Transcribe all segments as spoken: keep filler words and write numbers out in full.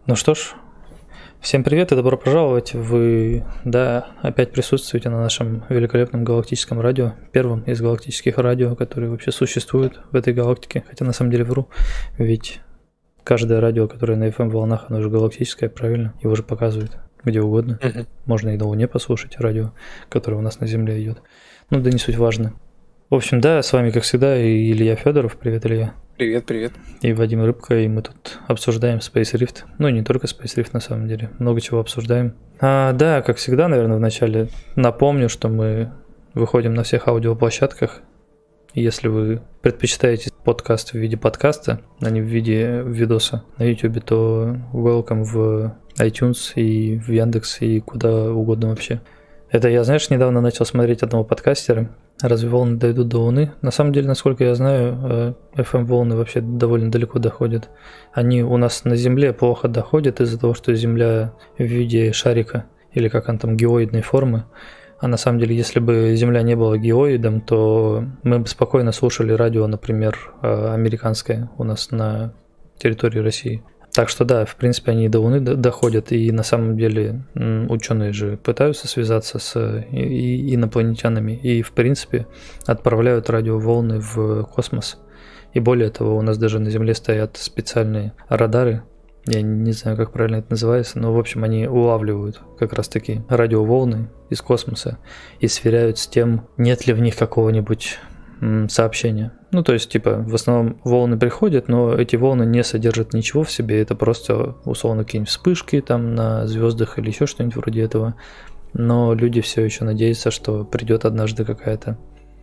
Ну что ж, всем привет и добро пожаловать. Вы, да, опять присутствуете на нашем великолепном галактическом радио, первом из галактических радио, которые вообще существуют в этой галактике. Хотя на самом деле вру, ведь каждое радио, которое на эф эм-волнах, оно же галактическое, правильно? Его же показывают где угодно. Uh-huh. Можно и на Луне послушать радио, которое у нас на Земле идет. Ну да не суть важно. В общем, да, с вами, как всегда, и Илья Федоров. Привет, Илья. Привет, привет. И Вадим Рыбка, и мы тут обсуждаем Space Rift. Ну, не только Space Rift, на самом деле. Много чего обсуждаем. А, да, как всегда, наверное, вначале напомню, что мы выходим на всех аудиоплощадках. Если вы предпочитаете подкаст в виде подкаста, а не в виде видоса на YouTube, то welcome в iTunes и в Яндекс и куда угодно вообще. Это я, знаешь, недавно начал смотреть одного подкастера. Разве волны дойдут до Луны? На самом деле, насколько я знаю, эф эм-волны вообще довольно далеко доходят. Они у нас на Земле плохо доходят из-за того, что Земля в виде шарика, или как он там, геоидной формы. А на самом деле, если бы Земля не была геоидом, то мы бы спокойно слушали радио, например, американское у нас на территории России. Так что да, в принципе, они до Луны доходят, и на самом деле ученые же пытаются связаться с инопланетянами и, в принципе, отправляют радиоволны в космос. И более того, у нас даже на Земле стоят специальные радары, я не знаю, как правильно это называется, но, в общем, они улавливают как раз-таки радиоволны из космоса и сверяют с тем, нет ли в них какого-нибудь сообщения. Ну, то есть, типа, в основном волны приходят, но эти волны не содержат ничего в себе, это просто, условно, какие-нибудь вспышки там на звездах или еще что-нибудь вроде этого. Но люди все еще надеются, что придет однажды какая-то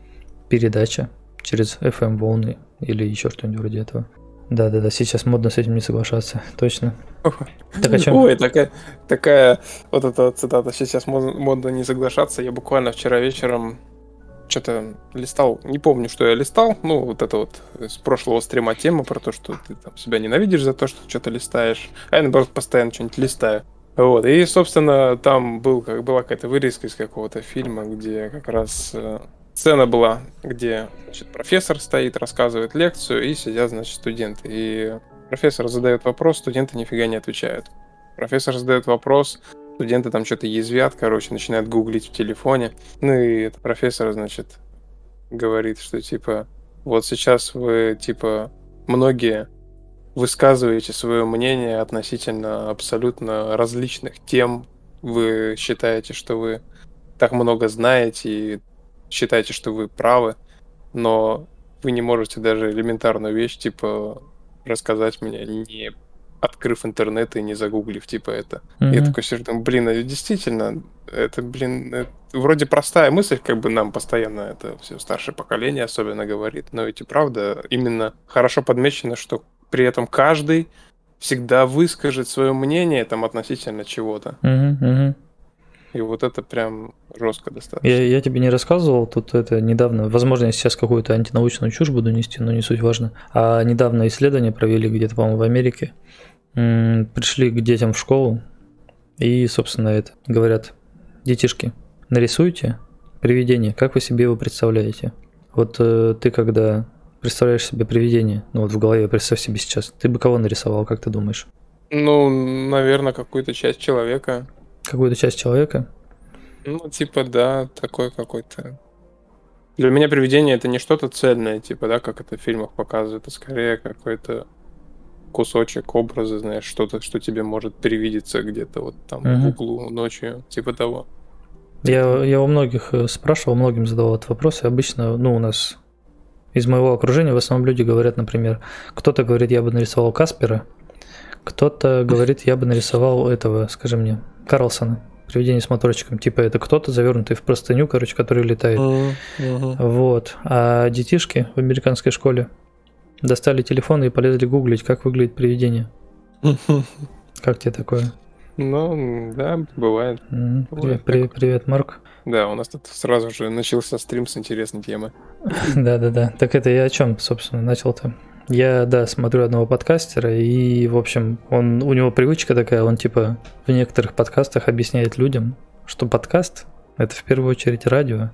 передача через эф эм-волны или еще что-нибудь вроде этого. Да-да-да, сейчас модно с этим не соглашаться, точно. Так о чем? Ой, такая, такая вот эта цитата, сейчас модно не соглашаться. Я буквально вчера вечером что-то листал, не помню, что я листал, ну, вот это вот с прошлого стрима тема про то, что ты там себя ненавидишь за то, что что-то листаешь, а я, наоборот, постоянно что-нибудь листаю. Вот, и, собственно, там был, как, была какая-то вырезка из какого-то фильма, где как раз э, сцена была, где, значит, профессор стоит, рассказывает лекцию, и сидят, значит, студенты. И профессор задает вопрос, студенты нифига не отвечают. Профессор задает вопрос, студенты там что-то язвят, короче, начинают гуглить в телефоне. Ну и этот профессор, значит, говорит, что типа, вот сейчас вы, типа, многие высказываете свое мнение относительно абсолютно различных тем. Вы считаете, что вы так много знаете и считаете, что вы правы, но вы не можете даже элементарную вещь, типа, рассказать мне, не открыв интернет и не загуглив, типа, это. Mm-hmm. Я такой сижу, там, блин, это действительно, это, блин, это вроде простая мысль, как бы нам постоянно это все старшее поколение особенно говорит, но ведь и правда именно хорошо подмечено, что при этом каждый всегда выскажет свое мнение там относительно чего-то. Mm-hmm. Mm-hmm. И вот это прям жестко достаточно. Я, я тебе не рассказывал, тут это недавно, возможно, я сейчас какую-то антинаучную чушь буду нести, но не суть важно. А недавно исследование провели где-то, по-моему, в Америке. М-м, пришли к детям в школу и, собственно, это говорят: детишки, нарисуйте привидение, как вы себе его представляете. Вот э, ты когда представляешь себе привидение, ну вот в голове представь себе сейчас, ты бы кого нарисовал, как ты думаешь? Ну, наверное, какую-то часть человека. Какую-то часть человека? Ну, типа, да, такой какой-то. Для меня привидение — это не что-то цельное, типа, да, как это в фильмах показывают, а скорее какой-то кусочек образа, знаешь, что-то, что тебе может привидеться где-то вот там uh-huh. в углу ночью, типа того. Я, я у многих спрашивал, многим задавал этот вопрос, и обычно, ну, у нас из моего окружения в основном люди говорят, например, кто-то говорит, я бы нарисовал Каспера, кто-то говорит, я бы нарисовал этого, скажи мне, Карлсона, привидение с моторчиком. Типа это кто-то завернутый в простыню, короче, который летает. Uh-huh. Вот. А детишки в американской школе достали телефоны и полезли гуглить, как выглядит привидение. Uh-huh. Как тебе такое? Ну, да, бывает. Uh-huh. Привет, привет, привет, Марк. Да, у нас тут сразу же начался стрим с интересной темы. Да-да-да. Так это я о чем, собственно, начал-то? Я, да, смотрю одного подкастера, и, в общем, он, у него привычка такая, он, типа, в некоторых подкастах объясняет людям, что подкаст – это в первую очередь радио,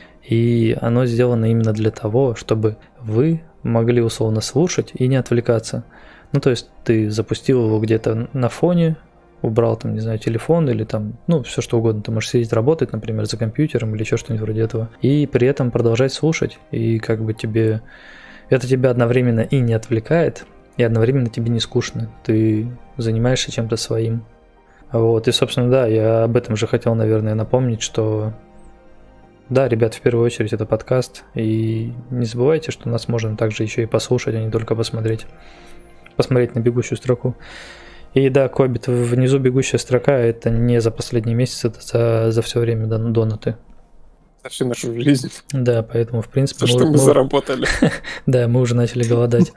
и оно сделано именно для того, чтобы вы могли условно слушать и не отвлекаться. Ну, то есть ты запустил его где-то на фоне, убрал там, не знаю, телефон или там, ну, все что угодно. Ты можешь сидеть работать, например, за компьютером или еще что-нибудь вроде этого. И при этом продолжать слушать. И как бы тебе... Это тебя одновременно и не отвлекает, и одновременно тебе не скучно. Ты занимаешься чем-то своим. Вот. И, собственно, да, я об этом же хотел, наверное, напомнить, что... Да, ребят, в первую очередь это подкаст. И не забывайте, что нас можно также еще и послушать, а не только посмотреть. Посмотреть на бегущую строку. И да, Кобит, внизу бегущая строка, это не за последний месяц, это за, за все время донаты. За всю нашу жизнь. Да, поэтому, в принципе... За мы, что мы, мы заработали. Да, мы уже начали голодать.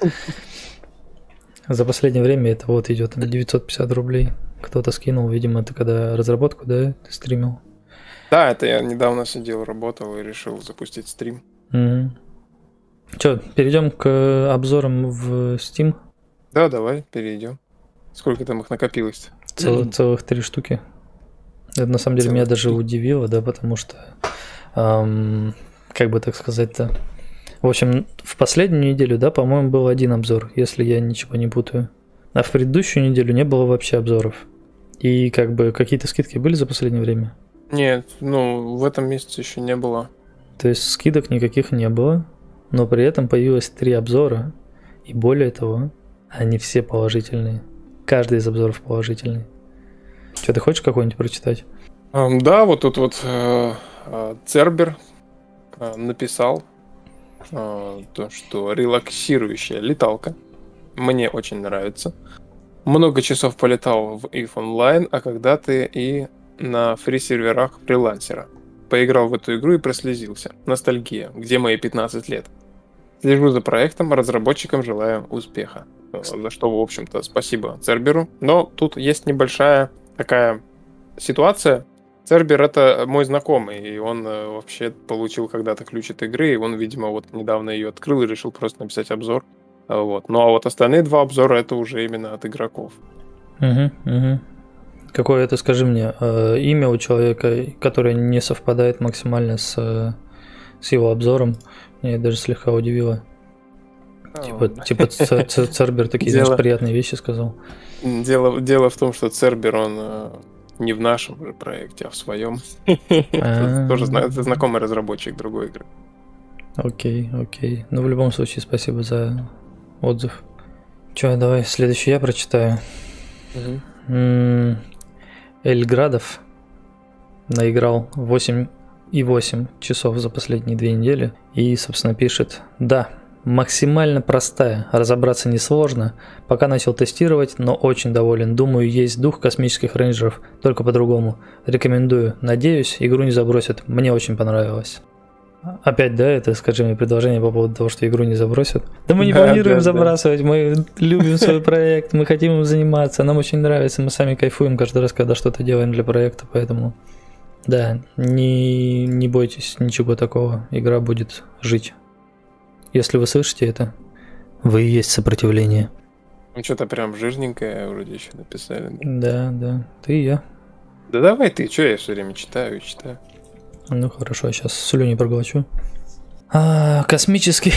За последнее время это вот идет девятьсот пятьдесят рублей. Кто-то скинул, видимо, это когда разработку, да, ты стримил? Да, это я недавно сидел, работал и решил запустить стрим. Угу. Че, перейдем к обзорам в Steam? Да, давай, перейдем. Сколько там их накопилось? Цел, целых три штуки. Это на самом деле целых меня даже три. Удивило, да, потому что, эм, как бы так сказать-то, в общем, в последнюю неделю, да, по-моему, был один обзор, если я ничего не путаю. А в предыдущую неделю не было вообще обзоров. И как бы какие-то скидки были за последнее время? Нет, ну, в этом месяце еще не было. То есть скидок никаких не было, но при этом появилось три обзора, и более того, они все положительные. Каждый из обзоров положительный. Что, ты хочешь какой-нибудь прочитать? Um, да, вот тут вот э, э, Цербер э, написал э, то, что релаксирующая леталка. Мне очень нравится. Много часов полетал в иф онлайн, а когда-то и на фри-серверах фрилансера. Поиграл в эту игру и прослезился. Ностальгия. Где мои пятнадцать лет? Слежу за проектом, разработчикам желаю успеха. За что, в общем-то, спасибо Церберу. Но тут есть небольшая такая ситуация. Цербер — это мой знакомый, и он вообще получил когда-то ключ от игры, и он, видимо, вот недавно ее открыл и решил просто написать обзор. Вот. Ну а вот остальные два обзора — это уже именно от игроков. Угу, угу. Какое это, скажи мне, э, имя у человека, которое не совпадает максимально с, с его обзором, меня даже слегка удивило. Типа, типа Цербер такие, дело, знаешь, приятные вещи сказал. Дело, дело в том, что Цербер, он э, не в нашем же проекте, а в своем. Тоже знакомый разработчик другой игры. Окей, окей. Ну, в любом случае, спасибо за отзыв. Че, давай следующий я прочитаю. Эльградов наиграл восемь и восемь часов за последние две недели и, собственно, пишет: да, максимально простая, разобраться несложно. Пока начал тестировать, но очень доволен. Думаю, есть дух космических рейнджеров, только по-другому. Рекомендую. Надеюсь, игру не забросят. Мне очень понравилось. Опять, да, это, скажи мне, предложение по поводу того, что игру не забросят. Да мы не да, планируем да, забрасывать, да. Мы любим свой проект, мы хотим им заниматься, нам очень нравится, мы сами кайфуем каждый раз, когда что-то делаем для проекта, поэтому, да, не, не бойтесь ничего такого, игра будет жить. Если вы слышите это, вы и есть сопротивление. Ну, что-то прям жирненькое вроде еще написали. Да, да, да, ты и я. Да давай ты, что я все время читаю и читаю. Ну хорошо, сейчас слюни проглочу. А, космический...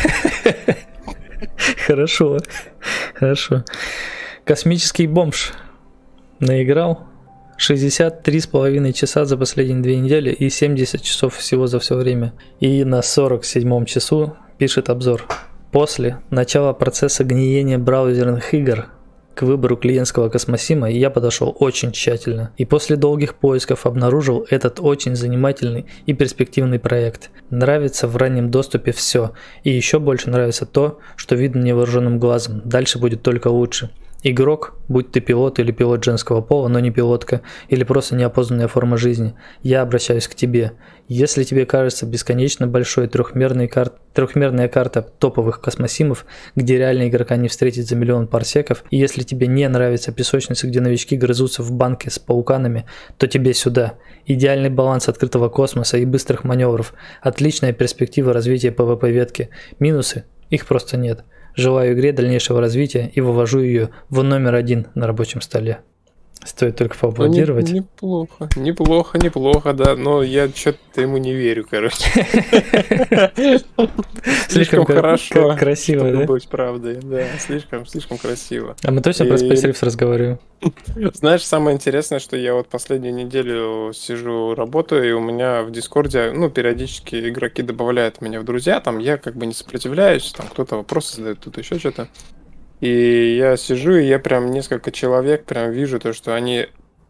Хорошо, хорошо. Космический бомж наиграл шестьдесят три с половиной часа за последние две недели и семьдесят часов всего за все время. И на сорок седьмом часу пишет обзор. После начала процесса гниения браузерных игр к выбору клиентского космосима я подошел очень тщательно и после долгих поисков обнаружил этот очень занимательный и перспективный проект. Нравится в раннем доступе все, и еще больше нравится то, что видно невооруженным глазом, дальше будет только лучше. Игрок, будь ты пилот или пилот женского пола, но не пилотка, или просто неопознанная форма жизни, я обращаюсь к тебе. Если тебе кажется бесконечно большой трехмерная карта, трехмерная карта топовых космосимов, где реально игрока не встретить за миллион парсеков, и если тебе не нравятся песочницы, где новички грызутся в банке с пауканами, то тебе сюда. Идеальный баланс открытого космоса и быстрых маневров, отличная перспектива развития пэ вэ пэ-ветки. Минусы? Их просто нет. Желаю игре дальнейшего развития и вывожу ее в номер один на рабочем столе. Стоит только Ну, поаплодировать. не- неплохо, неплохо, неплохо, да, но я что-то ему не верю, короче. Слишком кра- хорошо, кра- красиво, чтобы да? быть правдой, да, слишком, слишком красиво. А мы точно про И- Space Rift разговариваем? Знаешь, самое интересное, что я вот последнюю неделю сижу, работаю, и у меня в Дискорде, ну, периодически игроки добавляют меня в друзья, там я как бы не сопротивляюсь, там кто-то вопросы задает, тут еще что-то. И я сижу, и я прям несколько человек прям вижу то, что они...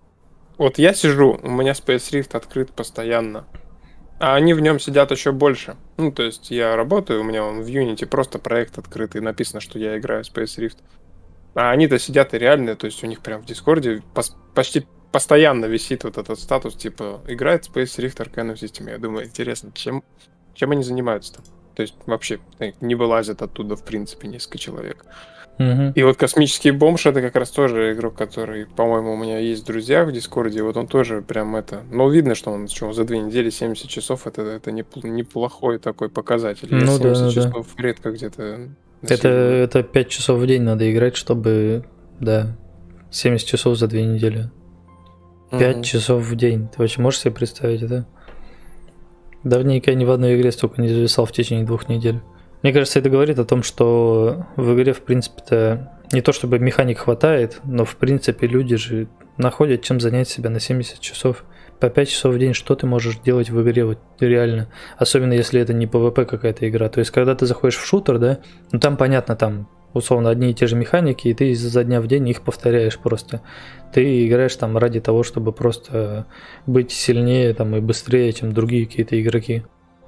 Вот я сижу, у меня Space Rift открыт постоянно, а они в нем сидят еще больше. Ну, то есть я работаю, у меня он в Unity просто проект открытый, написано, что я играю в Space Rift. А они-то сидят и реально, то есть у них прям в Дискорде пос- почти постоянно висит вот этот статус, типа, играет Space Rift Arcanum System. Я думаю, интересно, чем, чем они занимаются-то? То есть вообще э, не вылазят оттуда, в принципе, несколько человек. Мгм. И вот Космический бомж это как раз тоже игрок, который, по-моему, у меня есть друзья в Дискорде. Вот он тоже прям это. Ну, видно, что он что, за две недели семьдесят часов это, это непл- неплохой такой показатель. Я Ну да, семьдесят ну да. часов редко где-то. Это, насиживаю. это пять часов в день надо играть, чтобы, да, семьдесят часов за две недели. пять Мгм. часов в день. Ты вообще можешь себе представить это? Давненько я ни в одной игре столько не зависал в течение двух недель. Мне кажется, это говорит о том, что в игре, в принципе-то, не то чтобы механик хватает, но, в принципе, люди же находят чем занять себя на семьдесят часов. По пять часов в день что ты можешь делать в игре вот реально? Особенно если это не PvP какая-то игра. То есть, когда ты заходишь в шутер, да, ну там понятно, там условно одни и те же механики, и ты изо дня в день их повторяешь просто. Ты играешь там ради того, чтобы просто быть сильнее там и быстрее, чем другие какие-то игроки.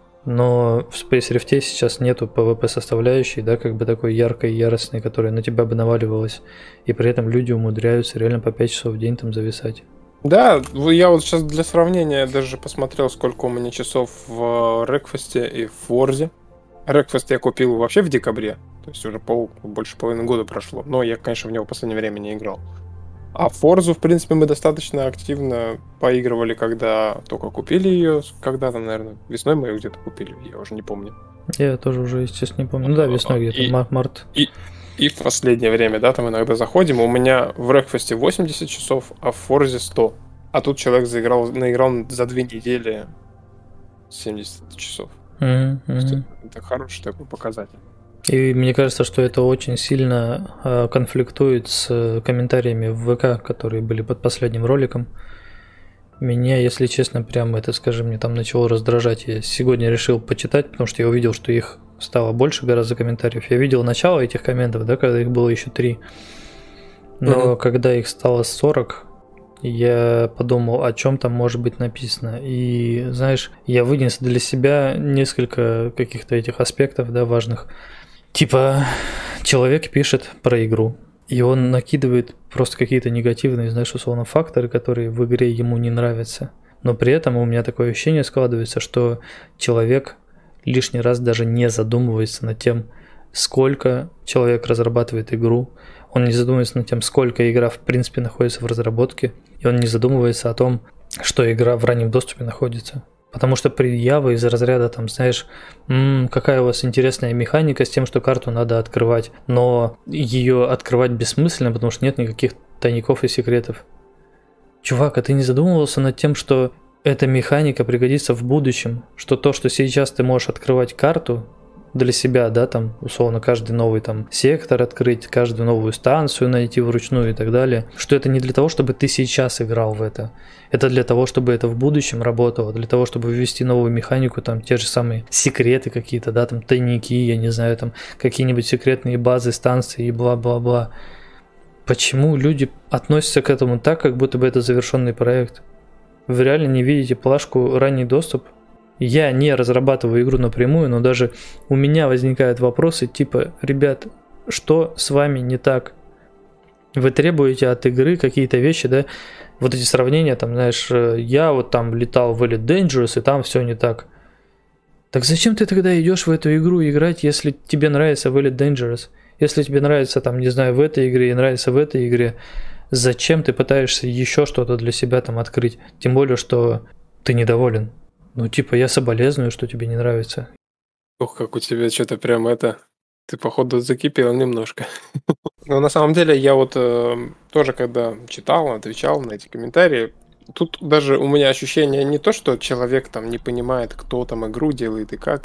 Но в Space Rift сейчас нету PvP составляющей, да, как бы такой яркой, яростной, которая на тебя бы наваливалась. И при этом люди умудряются реально по пять часов в день там зависать. Да, в- я вот сейчас для сравнения даже посмотрел, сколько у меня часов в Рекфесте и в Форзе. Рекфест я купил вообще в декабре, то есть уже пол, больше половины года прошло. Но я, конечно, в него в последнее время не играл. А в Форзу, в принципе, мы достаточно активно поигрывали, когда только купили ее. Когда-то, наверное, весной мы ее где-то купили, я уже не помню. Я тоже уже, естественно, не помню. Ну да, весной где-то, И- мар- март. И в последнее время, да, там иногда заходим, у меня в Рекфесте восемьдесят часов, а в Форзе сто. А тут человек заиграл, наиграл за две недели семьдесят часов. Мгм, То есть мгм. это хороший такой показатель. И мне кажется, что это очень сильно э, конфликтует с э, комментариями в ВК, которые были под последним роликом. Меня, если честно, прям это, скажем, мне там начало раздражать. Я сегодня решил почитать, потому что я увидел, что их стало больше гораздо комментариев. Я видел начало этих комментов, да, когда их было еще три. Но Мгм. когда их стало сорок, я подумал, о чем там может быть написано. И, знаешь, я вынес для себя несколько каких-то этих аспектов, да, важных. Типа, человек пишет про игру, и он накидывает просто какие-то негативные, знаешь, условно, факторы, которые в игре ему не нравятся. Но при этом у меня такое ощущение складывается, что человек лишний раз даже не задумывается над тем, сколько человек разрабатывает игру. Он не задумывается над тем, сколько игра в принципе находится в разработке. И он не задумывается о том, что игра в раннем доступе находится. Потому что предъявы из разряда, там, знаешь, «М, какая у вас интересная механика с тем, что карту надо открывать, но ее открывать бессмысленно, потому что нет никаких тайников и секретов. Чувак, а ты не задумывался над тем, что эта механика пригодится в будущем, что то, что сейчас ты можешь открывать карту для себя, да, там, условно, каждый новый там сектор открыть, каждую новую станцию найти вручную и так далее, что это не для того, чтобы ты сейчас играл в это, это для того, чтобы это в будущем работало, для того, чтобы ввести новую механику, там, те же самые секреты какие-то, да, там, тайники, я не знаю, там, какие-нибудь секретные базы, станции и бла-бла-бла. Почему люди относятся к этому так, как будто бы это завершенный проект? Вы реально не видите плашку «Ранний доступ»? Я не разрабатываю игру напрямую, но даже у меня возникают вопросы типа: ребят, что с вами не так? Вы требуете от игры какие-то вещи, да? Вот эти сравнения, там, знаешь, я вот там летал в Elite Dangerous, и там все не так. Так зачем ты тогда идешь в эту игру играть, если тебе нравится в Elite Dangerous? Если тебе нравится, там, не знаю, в этой игре и нравится в этой игре, зачем ты пытаешься еще что-то для себя там открыть? Тем более, что ты недоволен. Ну, типа, я соболезную, что тебе не нравится. Ох, как у тебя что-то прям это Ты, походу, закипел немножко. Но на самом деле я вот э, тоже, когда читал, отвечал на эти комментарии, тут даже у меня ощущение не то, что человек там не понимает, кто там игру делает и как,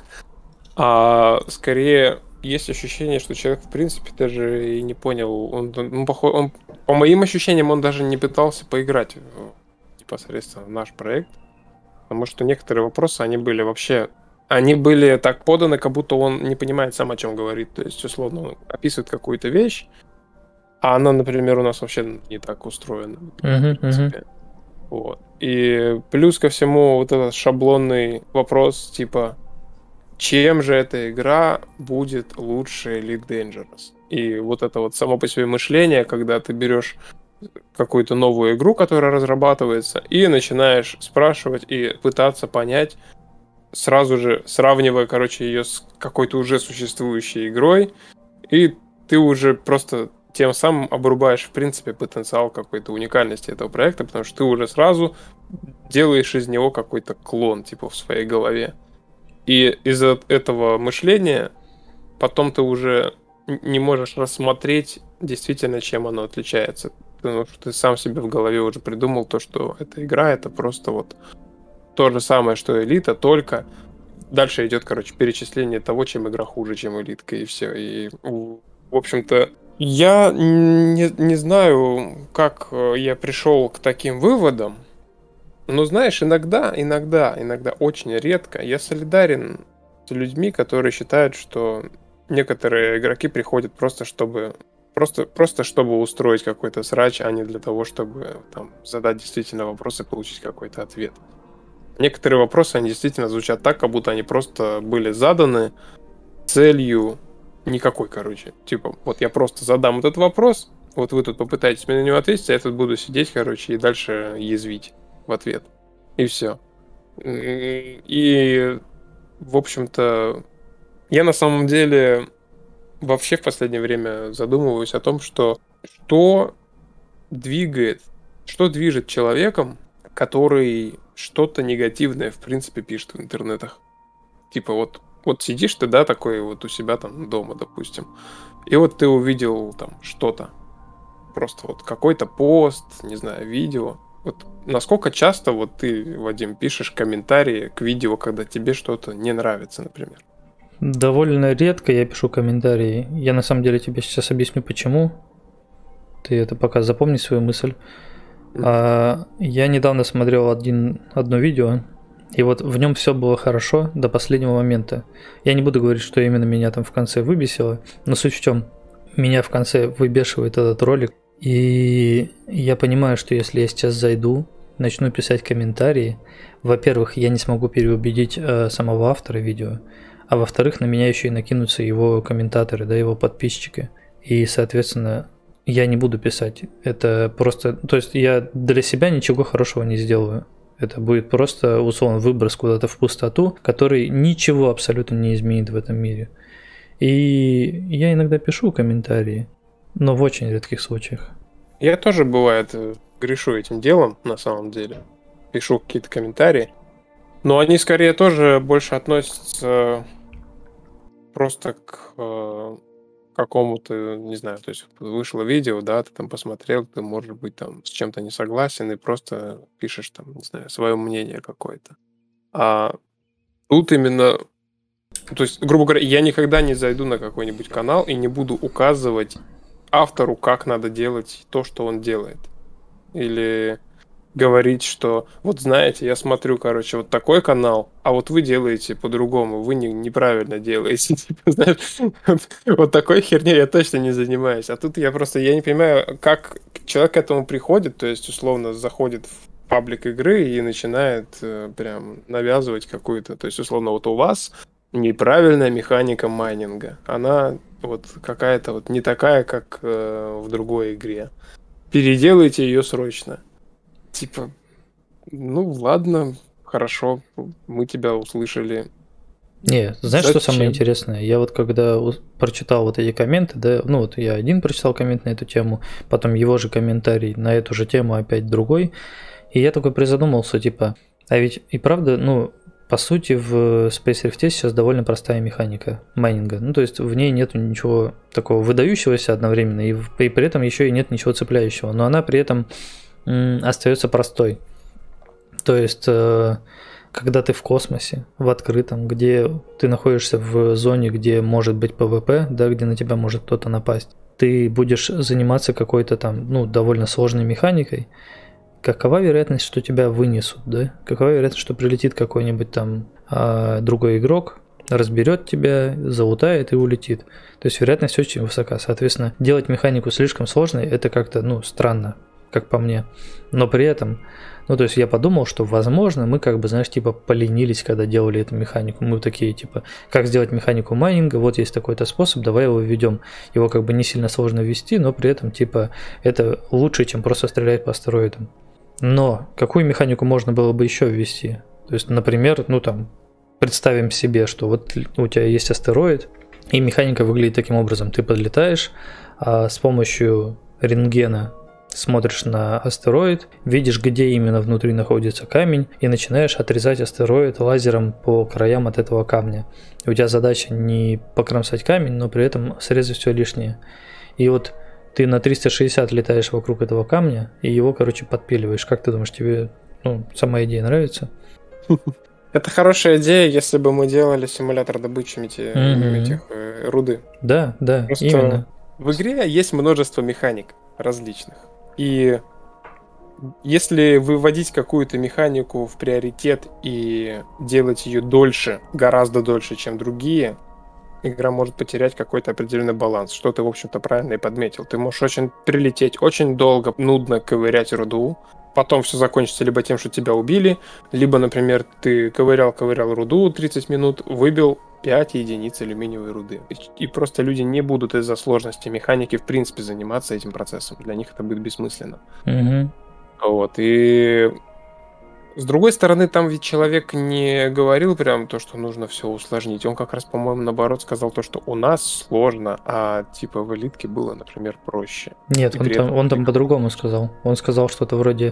а скорее есть ощущение, что человек, в принципе, даже и не понял. Он, он, похож, он, по моим ощущениям, он даже не пытался поиграть в, непосредственно в наш проект. Потому что некоторые вопросы, они были вообще... Они были так поданы, как будто он не понимает сам, о чем говорит. То есть, условно, он описывает какую-то вещь, а она, например, у нас вообще не так устроена. Uh-huh, в принципе. Uh-huh. Вот. И плюс ко всему вот этот шаблонный вопрос, типа, чем же эта игра будет лучше Elite Dangerous? И вот это вот само по себе мышление, когда ты берешь какую-то новую игру, которая разрабатывается, и начинаешь спрашивать и пытаться понять, сразу же сравнивая, короче, ее с какой-то уже существующей игрой, и ты уже просто тем самым обрубаешь, в принципе, потенциал какой-то уникальности этого проекта, потому что ты уже сразу делаешь из него какой-то клон, типа, в своей голове. И из-за этого мышления потом ты уже не можешь рассмотреть действительно, чем оно отличается. Потому что ты сам себе в голове уже придумал то, что эта игра, это просто вот то же самое, что Элита, только дальше идет, короче, перечисление того, чем игра хуже, чем Элитка, и все. И, в общем-то, я не, не знаю, как я пришел к таким выводам, но, знаешь, иногда, иногда, иногда, очень редко я солидарен с людьми, которые считают, что некоторые игроки приходят просто, чтобы... Просто, просто чтобы устроить какой-то срач, а не для того, чтобы там, задать действительно вопрос и получить какой-то ответ. Некоторые вопросы, они действительно звучат так, как будто они просто были заданы целью никакой, короче. Типа, вот я просто задам этот вопрос, вот вы тут попытаетесь мне на него ответить, а я тут буду сидеть, короче, и дальше язвить в ответ. И все. И, в общем-то, я на самом деле вообще в последнее время задумываюсь о том, что что двигает, что движет человеком, который что-то негативное, в принципе, пишет в интернетах. Типа вот, вот сидишь ты, да, такой вот у себя там дома, допустим, и вот ты увидел там что-то. Просто вот какой-то пост, не знаю, видео. Вот насколько часто вот ты, Вадим, пишешь комментарии к видео, когда тебе что-то не нравится, например? Довольно редко я пишу комментарии. Я на самом деле тебе сейчас объясню, почему. Ты это пока запомни свою мысль. А, я недавно смотрел один, одно видео, и вот в нем все было хорошо до последнего момента. Я не буду говорить, что именно меня там в конце выбесило, но суть в чем, меня в конце выбешивает этот ролик, и я понимаю, что если я сейчас зайду, начну писать комментарии, во-первых, я не смогу переубедить э, самого автора видео, а во-вторых, на меня еще и накинутся его комментаторы, да, его подписчики, и, соответственно, я не буду писать. Это просто... То есть я для себя ничего хорошего не сделаю. Это будет просто, условно, выброс куда-то в пустоту, который ничего абсолютно не изменит в этом мире. И я иногда пишу комментарии, но в очень редких случаях. Я тоже, бывает, грешу этим делом, на самом деле. Пишу какие-то комментарии. Но они, скорее, тоже больше относятся просто к... какому-то, не знаю, то есть вышло видео, да, ты там посмотрел, ты, может быть, там с чем-то не согласен и просто пишешь там, не знаю, свое мнение какое-то. А тут именно, то есть, грубо говоря, я никогда не зайду на какой-нибудь канал и не буду указывать автору, как надо делать то, что он делает. Или говорить, что вот знаете, я смотрю, короче, вот такой канал, а вот вы делаете по-другому, вы не, неправильно делаете. Типа, знаешь, вот, вот такой херней я точно не занимаюсь. А тут я просто, я не понимаю, как человек к этому приходит, то есть, условно, заходит в паблик игры и начинает э, прям навязывать какую-то, то есть, условно, вот у вас неправильная механика майнинга. Она вот какая-то вот не такая, как э, в другой игре. Переделайте ее срочно. Типа, ну ладно, хорошо, мы тебя услышали. Не, знаешь, Зачем? Что самое интересное? Я вот когда прочитал вот эти комменты, да, ну вот я один прочитал коммент на эту тему, потом его же комментарий на эту же тему опять другой, и я такой призадумался, типа, а ведь и правда, ну, По сути, в Space Rift сейчас довольно простая механика майнинга. Ну, то есть в ней нет ничего такого выдающегося одновременно, и, и при этом еще и нет ничего цепляющего. Но она при этом м, остается простой. То есть, э, когда ты в космосе, в открытом, где ты находишься в зоне, где может быть PvP, да, где на тебя может кто-то напасть, ты будешь заниматься какой-то там, ну, довольно сложной механикой. Какова вероятность, что тебя вынесут, да? Какова вероятность, что прилетит какой-нибудь там а, другой игрок, разберет тебя, залутает и улетит. То есть вероятность очень высока. Соответственно, делать механику слишком сложной, это как-то, ну, странно, как по мне. Но при этом, ну, то есть я подумал, что, возможно, мы как бы, знаешь, типа поленились, когда делали эту механику. Мы такие, типа, как сделать механику майнинга, вот есть такой-то способ, давай его введем. Его как бы не сильно сложно ввести, но при этом, типа, это лучше, чем просто стрелять по астероидам. Но какую механику можно было бы еще ввести? То есть, например, ну там, представим себе, что вот у тебя есть астероид, и механика выглядит таким образом. Ты подлетаешь, а с помощью рентгена смотришь на астероид, видишь, где именно внутри находится камень, и начинаешь отрезать астероид лазером по краям от этого камня. И у тебя задача не покромсать камень, но при этом срезать все лишнее. И вот ты на триста шестьдесят летаешь вокруг этого камня и его, короче, подпиливаешь. Как ты думаешь, тебе, ну, сама идея нравится? Это хорошая идея, если бы мы делали симулятор добычи эти, mm-hmm. этих э, руды. Да, да, просто именно. В игре есть множество механик различных. И если выводить какую-то механику в приоритет и делать ее дольше, гораздо дольше, чем другие, игра может потерять какой-то определенный баланс, что ты, в общем-то, правильно и подметил. Ты можешь очень прилететь, очень долго, нудно ковырять руду, потом все закончится либо тем, что тебя убили, либо, например, ты ковырял-ковырял руду тридцать минут, выбил пять единиц алюминиевой руды. И, и просто люди не будут из-за сложности механики, в принципе, заниматься этим процессом. Для них это будет бессмысленно. Mm-hmm. Вот, и... С другой стороны, там ведь человек не говорил прям то, что нужно все усложнить. Он как раз, по-моему, наоборот сказал то, что у нас сложно, а типа в элитке было, например, проще. Нет, он там, он там по-другому сказал. Он сказал что-то вроде,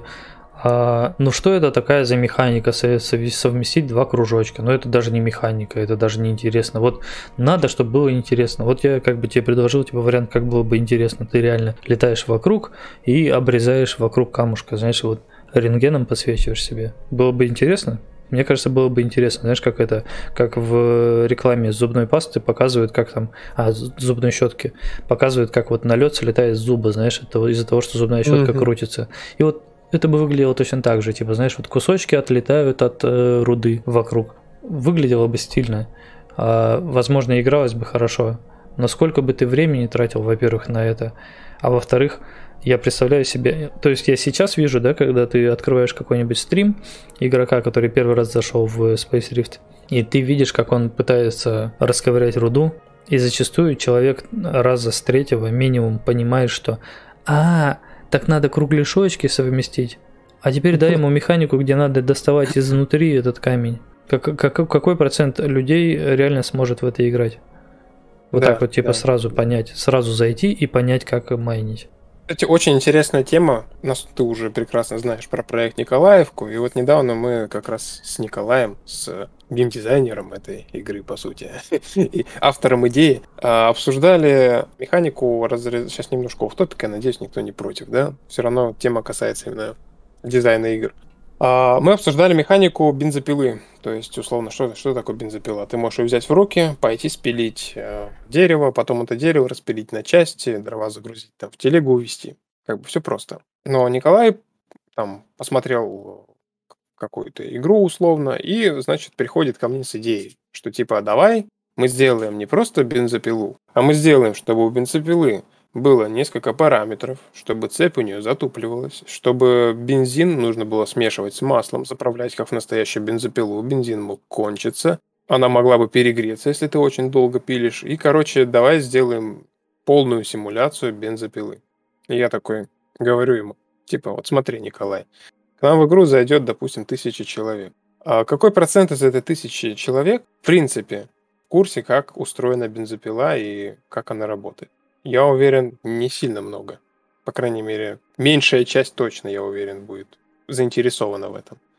а, ну что это такая за механика, совместить два кружочка? Ну это даже не механика, это даже не интересно. Вот надо, чтобы было интересно. Вот я как бы тебе предложил типа вариант, как было бы интересно. Ты реально летаешь вокруг и обрезаешь вокруг камушка, знаешь, вот рентгеном подсвечиваешь себе. Было бы интересно? Мне кажется, было бы интересно, знаешь, как это, как в рекламе зубной пасты показывают, как там, а, зубной щетки, показывают, как вот налет слетает с зуба, знаешь, это из-за того, что зубная щетка mm-hmm. крутится. И вот это бы выглядело точно так же, типа, знаешь, вот кусочки отлетают от э, руды вокруг. Выглядело бы стильно, а, возможно, игралось бы хорошо. Но сколько бы ты времени тратил, во-первых, на это, а во-вторых, я представляю себе, то есть я сейчас вижу, да, когда ты открываешь какой-нибудь стрим игрока, который первый раз зашел в Space Rift, и ты видишь, как он пытается расковырять руду, и зачастую человек раза с третьего минимум понимает, что «А, так надо кругляшочки совместить, а теперь дай ему механику, где надо доставать изнутри этот камень». Как, как, какой процент людей реально сможет в это играть? Вот да, так вот, типа, да. сразу понять, сразу зайти и понять, как майнить. Кстати, очень интересная тема. Нас ты уже прекрасно знаешь про проект Николаевку. И вот недавно мы как раз с Николаем, с геймдизайнером этой игры, по сути, и автором идеи, обсуждали механику разрез... Сейчас немножко офф-топика, надеюсь, никто не против, да? Все равно тема касается именно дизайна игр. Мы обсуждали механику бензопилы. То есть, условно, что, что такое бензопила? Ты можешь ее взять в руки, пойти спилить э, дерево, потом это дерево распилить на части, дрова загрузить, там, в телегу увезти. Как бы все просто. Но Николай там посмотрел какую-то игру условно и, значит, приходит ко мне с идеей, что типа давай мы сделаем не просто бензопилу, а мы сделаем, чтобы у бензопилы было несколько параметров, чтобы цепь у нее затупливалась, чтобы бензин нужно было смешивать с маслом, заправлять как в настоящую бензопилу, бензин мог кончиться, она могла бы перегреться, если ты очень долго пилишь, и, короче, давай сделаем полную симуляцию бензопилы. И я такой говорю ему, типа, вот смотри, Николай, к нам в игру зайдет, допустим, тысяча человек. А какой процент из этой тысячи человек, в принципе, в курсе, как устроена бензопила и как она работает? Я уверен, не сильно много. По крайней мере, меньшая часть точно, я уверен, будет заинтересована в этом.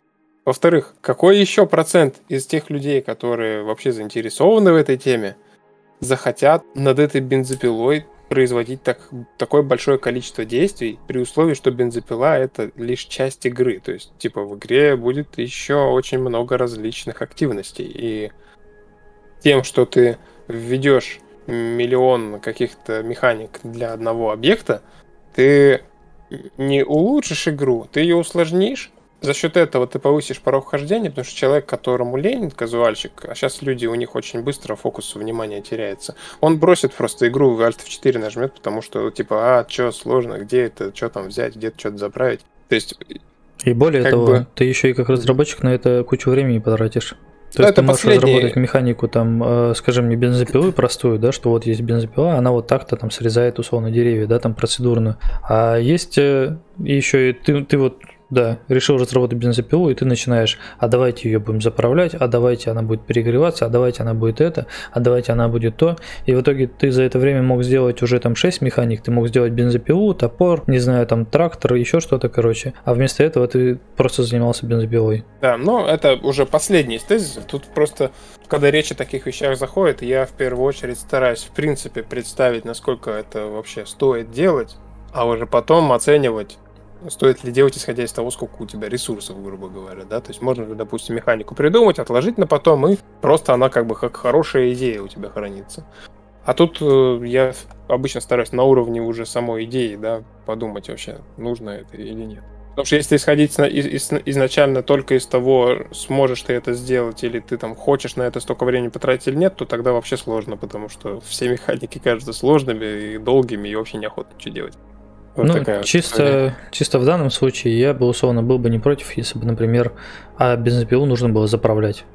Во-вторых, какой еще процент из тех людей, которые вообще заинтересованы в этой теме, захотят над этой бензопилой производить так, такое большое количество действий при условии, что бензопила — это лишь часть игры. То есть, типа, в игре будет еще очень много различных активностей. И тем, что ты введешь миллион каких-то механик для одного объекта, ты не улучшишь игру, ты ее усложнишь. За счет этого ты повысишь порог хождения, потому что человек, которому лень, казуальщик, а сейчас люди, у них очень быстро фокус внимания теряется, он бросит просто игру в Alt эф четыре нажмет, потому что, типа, а, что сложно, где это, что там взять, где-то что-то заправить. То есть... И более того, бы... ты еще и как разработчик на это кучу времени потратишь. То да, есть ты можешь последний... разработать механику, там, э, скажем, не бензопилу простую, да, что вот есть бензопила, она вот так-то там срезает условно деревья, да, там процедурную. А есть э, еще и ты, ты вот, да, решил разработать бензопилу, и ты начинаешь, а давайте ее будем заправлять, а давайте она будет перегреваться, а давайте она будет это, а давайте она будет то. И в итоге ты за это время мог сделать уже там шесть механик, ты мог сделать бензопилу, топор, не знаю, там трактор, еще что-то, короче. А вместо этого ты просто занимался бензопилой. Да, но это уже последний из тезисов. Тут просто, когда речь о таких вещах заходит, я в первую очередь стараюсь в принципе представить, насколько это вообще стоит делать, а уже потом оценивать, стоит ли делать, исходя из того, сколько у тебя ресурсов, грубо говоря, да, то есть можно, допустим, механику придумать, отложить на потом, и просто она как бы как хорошая идея у тебя хранится. А тут э, я обычно стараюсь на уровне уже самой идеи, да, подумать вообще, нужно это или нет. Потому что если исходить из, из, изначально только из того, сможешь ты это сделать, или ты там хочешь на это столько времени потратить или нет, то тогда вообще сложно, потому что все механики кажутся сложными и долгими, и вообще неохота ничего делать. Вот ну, чисто, чисто в данном случае я бы условно был бы не против, если бы, например, а бензопилу нужно было заправлять.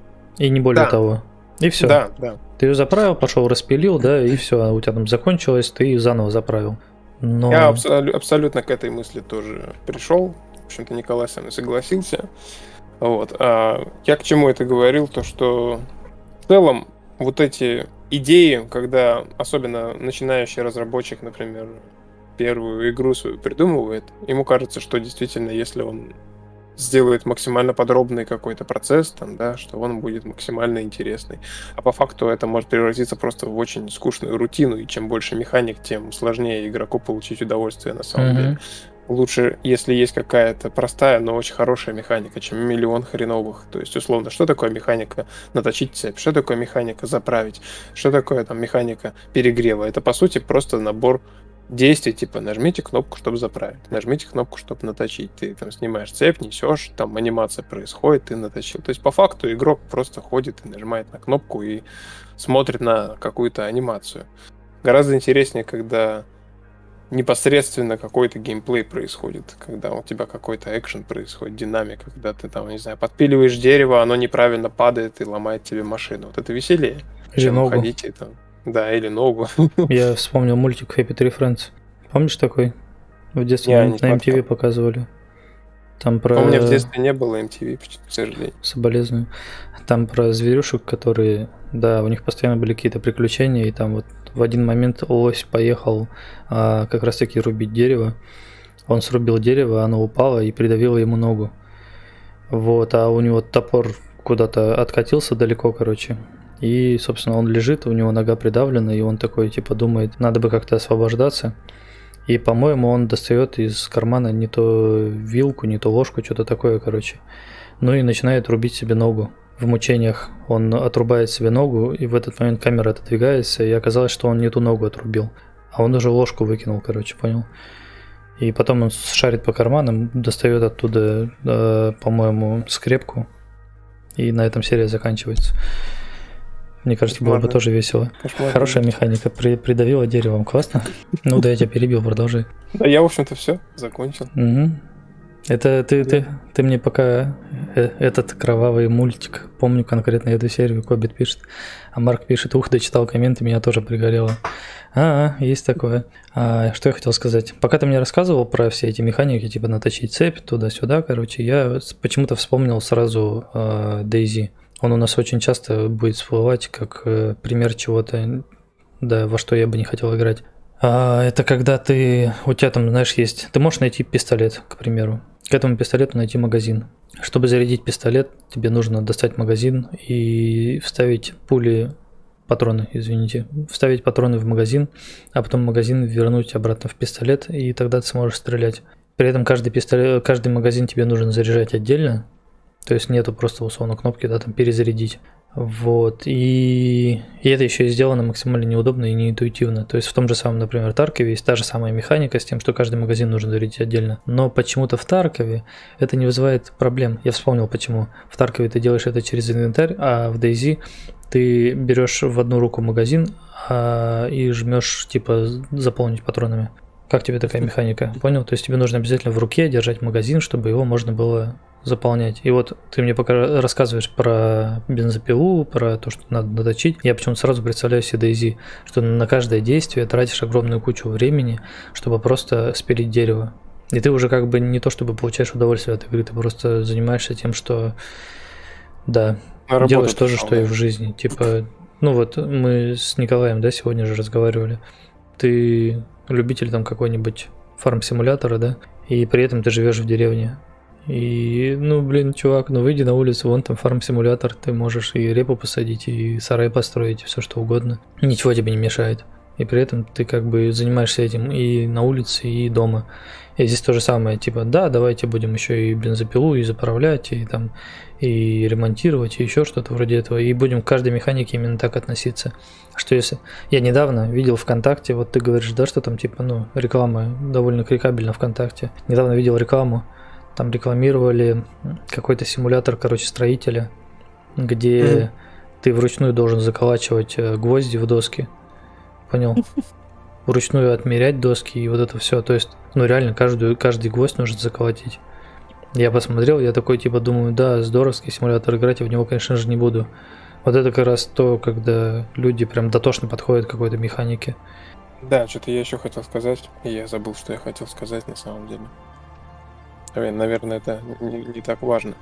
И не более да. того. И все. Да, да. Ты ее заправил, пошел, распилил, да, и все, у тебя там закончилось, ты заново заправил. Но... Я абсол- абсолютно к этой мысли тоже пришел. В общем-то, Николай со мной согласился. Вот. А я к чему это говорил? То, что в целом вот эти идеи, когда особенно начинающий разработчик, например, первую игру свою придумывает, ему кажется, что действительно, если он сделает максимально подробный какой-то процесс, там, да, что он будет максимально интересный. А по факту это может превратиться просто в очень скучную рутину, и чем больше механик, тем сложнее игроку получить удовольствие на самом mm-hmm. деле. Лучше, если есть какая-то простая, но очень хорошая механика, чем миллион хреновых. То есть, условно, что такое механика наточить цепь, что такое механика заправить, что такое там механика перегрева. Это, по сути, просто набор действий, типа нажмите кнопку, чтобы заправить, нажмите кнопку, чтобы наточить. Ты там снимаешь цепь, несешь, там анимация происходит, ты наточил. То есть по факту игрок просто ходит и нажимает на кнопку и смотрит на какую-то анимацию. Гораздо интереснее, когда непосредственно какой-то геймплей происходит, когда у тебя какой-то экшен происходит, динамика, когда ты там, не знаю, подпиливаешь дерево, оно неправильно падает и ломает тебе машину. Вот это веселее, или чем ногу. Ходить и там... Да, или ногу. Я вспомнил мультик Happy Tree Friends. Помнишь такой? В детстве Я на эм ти ви показывали. Там про... У меня в детстве не было эм ти ви, к сожалению. Соболезную. Там про зверюшек, которые... Да, у них постоянно были какие-то приключения, и там вот в один момент лось поехал а, как раз-таки рубить дерево. Он срубил дерево, оно упало и придавило ему ногу. Вот, а у него топор куда-то откатился далеко, короче. И, собственно, он лежит, у него нога придавлена, и он такой, типа, думает, надо бы как-то освобождаться. И, по-моему, он достает из кармана не то вилку, не то ложку, что-то такое, короче. Ну и начинает рубить себе ногу. В мучениях он отрубает себе ногу, и в этот момент камера отодвигается, и оказалось, что он не ту ногу отрубил. А он уже ложку выкинул, короче, понял? И потом он шарит по карманам, достает оттуда, э, по-моему, скрепку, и на этом серия заканчивается. Мне кажется, Кошмарно. Было бы тоже весело. Кошмарно. Хорошая механика. При, придавила деревом. Классно. Ну да, я тебя перебил, продолжи. Да, я, в общем-то, все закончил. Угу. Это ты, ты, ты мне пока этот кровавый мультик, помню конкретно эту серию, Кобит пишет, а Марк пишет, ух, дочитал комменты, меня тоже пригорело. А, есть такое. А, что я хотел сказать? Пока ты мне рассказывал про все эти механики, типа наточить цепь, туда-сюда, короче, я почему-то вспомнил сразу э, DayZ. Он у нас очень часто будет всплывать как э, пример чего-то, да, во что я бы не хотел играть. А, это когда ты, у тебя там, знаешь, есть, ты можешь найти пистолет, к примеру, к этому пистолету найти магазин. Чтобы зарядить пистолет, тебе нужно достать магазин и вставить пули, патроны, извините, вставить патроны в магазин, а потом магазин вернуть обратно в пистолет, и тогда ты сможешь стрелять. При этом каждый пистолет, каждый магазин тебе нужно заряжать отдельно, то есть нету просто условно кнопки, да, там перезарядить. Вот, и, и это еще и сделано максимально неудобно и неинтуитивно. То есть в том же самом, например, Таркове есть та же самая механика с тем, что каждый магазин нужно зарядить отдельно. Но почему-то в Таркове это не вызывает проблем. Я вспомнил почему. В Таркове ты делаешь это через инвентарь, а в DayZ ты берешь в одну руку магазин а, и жмешь типа заполнить патронами. Как тебе такая механика? Понял? То есть тебе нужно обязательно в руке держать магазин, чтобы его можно было заполнять. И вот ты мне пока рассказываешь про бензопилу, про то, что надо доточить. Я почему-то сразу представляю себе DayZ, что на каждое действие тратишь огромную кучу времени, чтобы просто спилить дерево. И ты уже как бы не то чтобы получаешь удовольствие от игры, ты просто занимаешься тем, что да, а делаешь то же, что и в жизни. Типа, ну вот мы с Николаем, да, сегодня же разговаривали. Ты любитель там какой-нибудь фарм-симулятора, да, и при этом ты живешь в деревне. И, ну, блин, чувак, ну выйди на улицу, вон там фарм-симулятор, ты можешь и репу посадить, и сарай построить, и все что угодно. Ничего тебе не мешает. И при этом ты как бы занимаешься этим и на улице, и дома. И здесь то же самое, типа, да, давайте будем еще и бензопилу, и заправлять, и там, и ремонтировать, и еще что-то вроде этого. И будем к каждой механике именно так относиться. Что если... Я недавно видел ВКонтакте, вот ты говоришь, да, что там, типа, ну, реклама довольно кликабельна ВКонтакте. Недавно видел рекламу. Там рекламировали какой-то симулятор, короче, строителя, где mm-hmm. ты вручную должен заколачивать гвозди в доски. Понял? Вручную отмерять доски и вот это все. То есть, ну реально, каждую, каждый гвоздь нужно заколотить. Я посмотрел, я такой типа думаю, да, здоровский симулятор, играть я в него, конечно же, не буду. Вот это как раз то, когда люди прям дотошно подходят к какой-то механике. Да, что-то я еще хотел сказать, и я забыл, что я хотел сказать на самом деле. Наверное, это не, не так важно.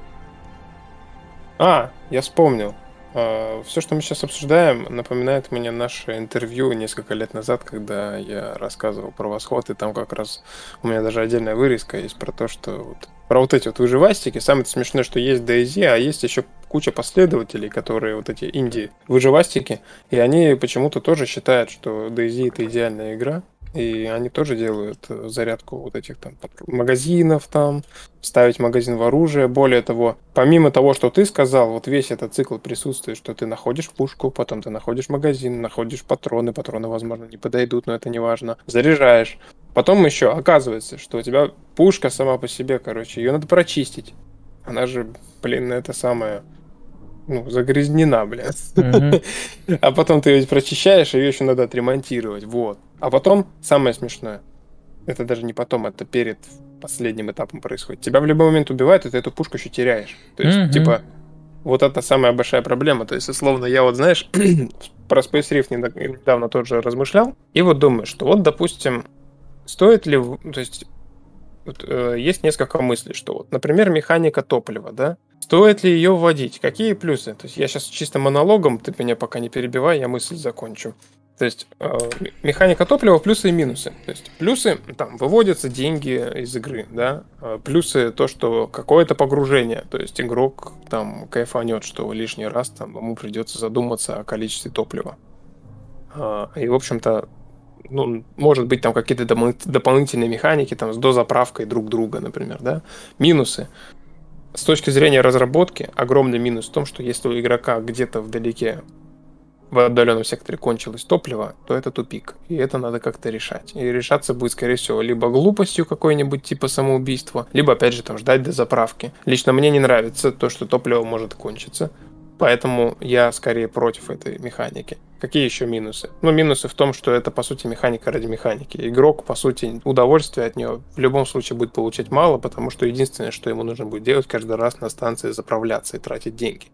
А, я вспомнил. Все, что мы сейчас обсуждаем, напоминает мне наше интервью несколько лет назад, когда я рассказывал про Восход, и там как раз у меня даже отдельная вырезка есть про то, что вот, про вот эти вот выживастики. Самое смешное, что есть DayZ, а есть еще куча последователей, которые вот эти инди-выживастики, и они почему-то тоже считают, что DayZ это идеальная игра. И они тоже делают зарядку вот этих там магазинов там, ставить магазин в оружие. Более того, помимо того, что ты сказал, вот весь этот цикл присутствует, что ты находишь пушку, потом ты находишь магазин, находишь патроны, патроны, возможно, не подойдут, но это не важно. Заряжаешь. Потом еще оказывается, что у тебя пушка сама по себе, короче, ее надо прочистить. Она же, блин, это самое... Ну, загрязнена, блядь. Mm-hmm. А потом ты ее прочищаешь, ее еще надо отремонтировать. Вот. А потом, самое смешное, это даже не потом, это перед последним этапом происходит. Тебя в любой момент убивают, и ты эту пушку еще теряешь. То есть, mm-hmm. типа, вот это самая большая проблема. То есть, условно, я вот, знаешь, про Space Rift недавно тоже размышлял, и вот думаю, что вот, допустим, стоит ли... То есть, вот, э, есть несколько мыслей, что вот, например, механика топлива, да? Стоит ли ее вводить? Какие плюсы? То есть я сейчас чисто монологом, ты меня пока не перебивай, я мысль закончу. То есть э, механика топлива, плюсы и минусы. То есть плюсы, там, выводятся деньги из игры, да. Плюсы то, что какое-то погружение. То есть игрок там кайфанет, что лишний раз там ему придется задуматься о количестве топлива. Э, и, в общем-то, ну, может быть, там какие-то дополнительные механики там, с дозаправкой друг друга, например, да. Минусы. С точки зрения разработки, огромный минус в том, что если у игрока где-то вдалеке, в отдаленном секторе кончилось топливо, то это тупик. И это надо как-то решать. И решаться будет, скорее всего, либо глупостью какой-нибудь типа самоубийства, либо, опять же, там ждать до заправки. Лично мне не нравится то, что топливо может кончиться. Поэтому я скорее против этой механики. Какие еще минусы? Ну, минусы в том, что это, по сути, механика ради механики. Игрок, по сути, удовольствие от нее в любом случае будет получать мало, потому что единственное, что ему нужно будет делать, каждый раз на станции заправляться и тратить деньги.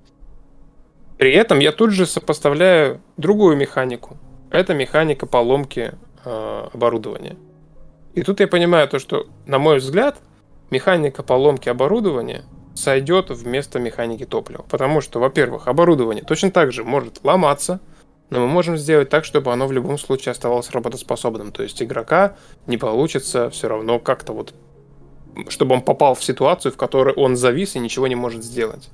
При этом я тут же сопоставляю другую механику. Это механика поломки э, оборудования. И тут я понимаю то, что, на мой взгляд, механика поломки оборудования сойдет вместо механики топлива. Потому что, во-первых, оборудование точно так же может ломаться, но мы можем сделать так, чтобы оно в любом случае оставалось работоспособным. То есть игрока не получится все равно как-то вот, чтобы он попал в ситуацию, в которой он завис и ничего не может сделать.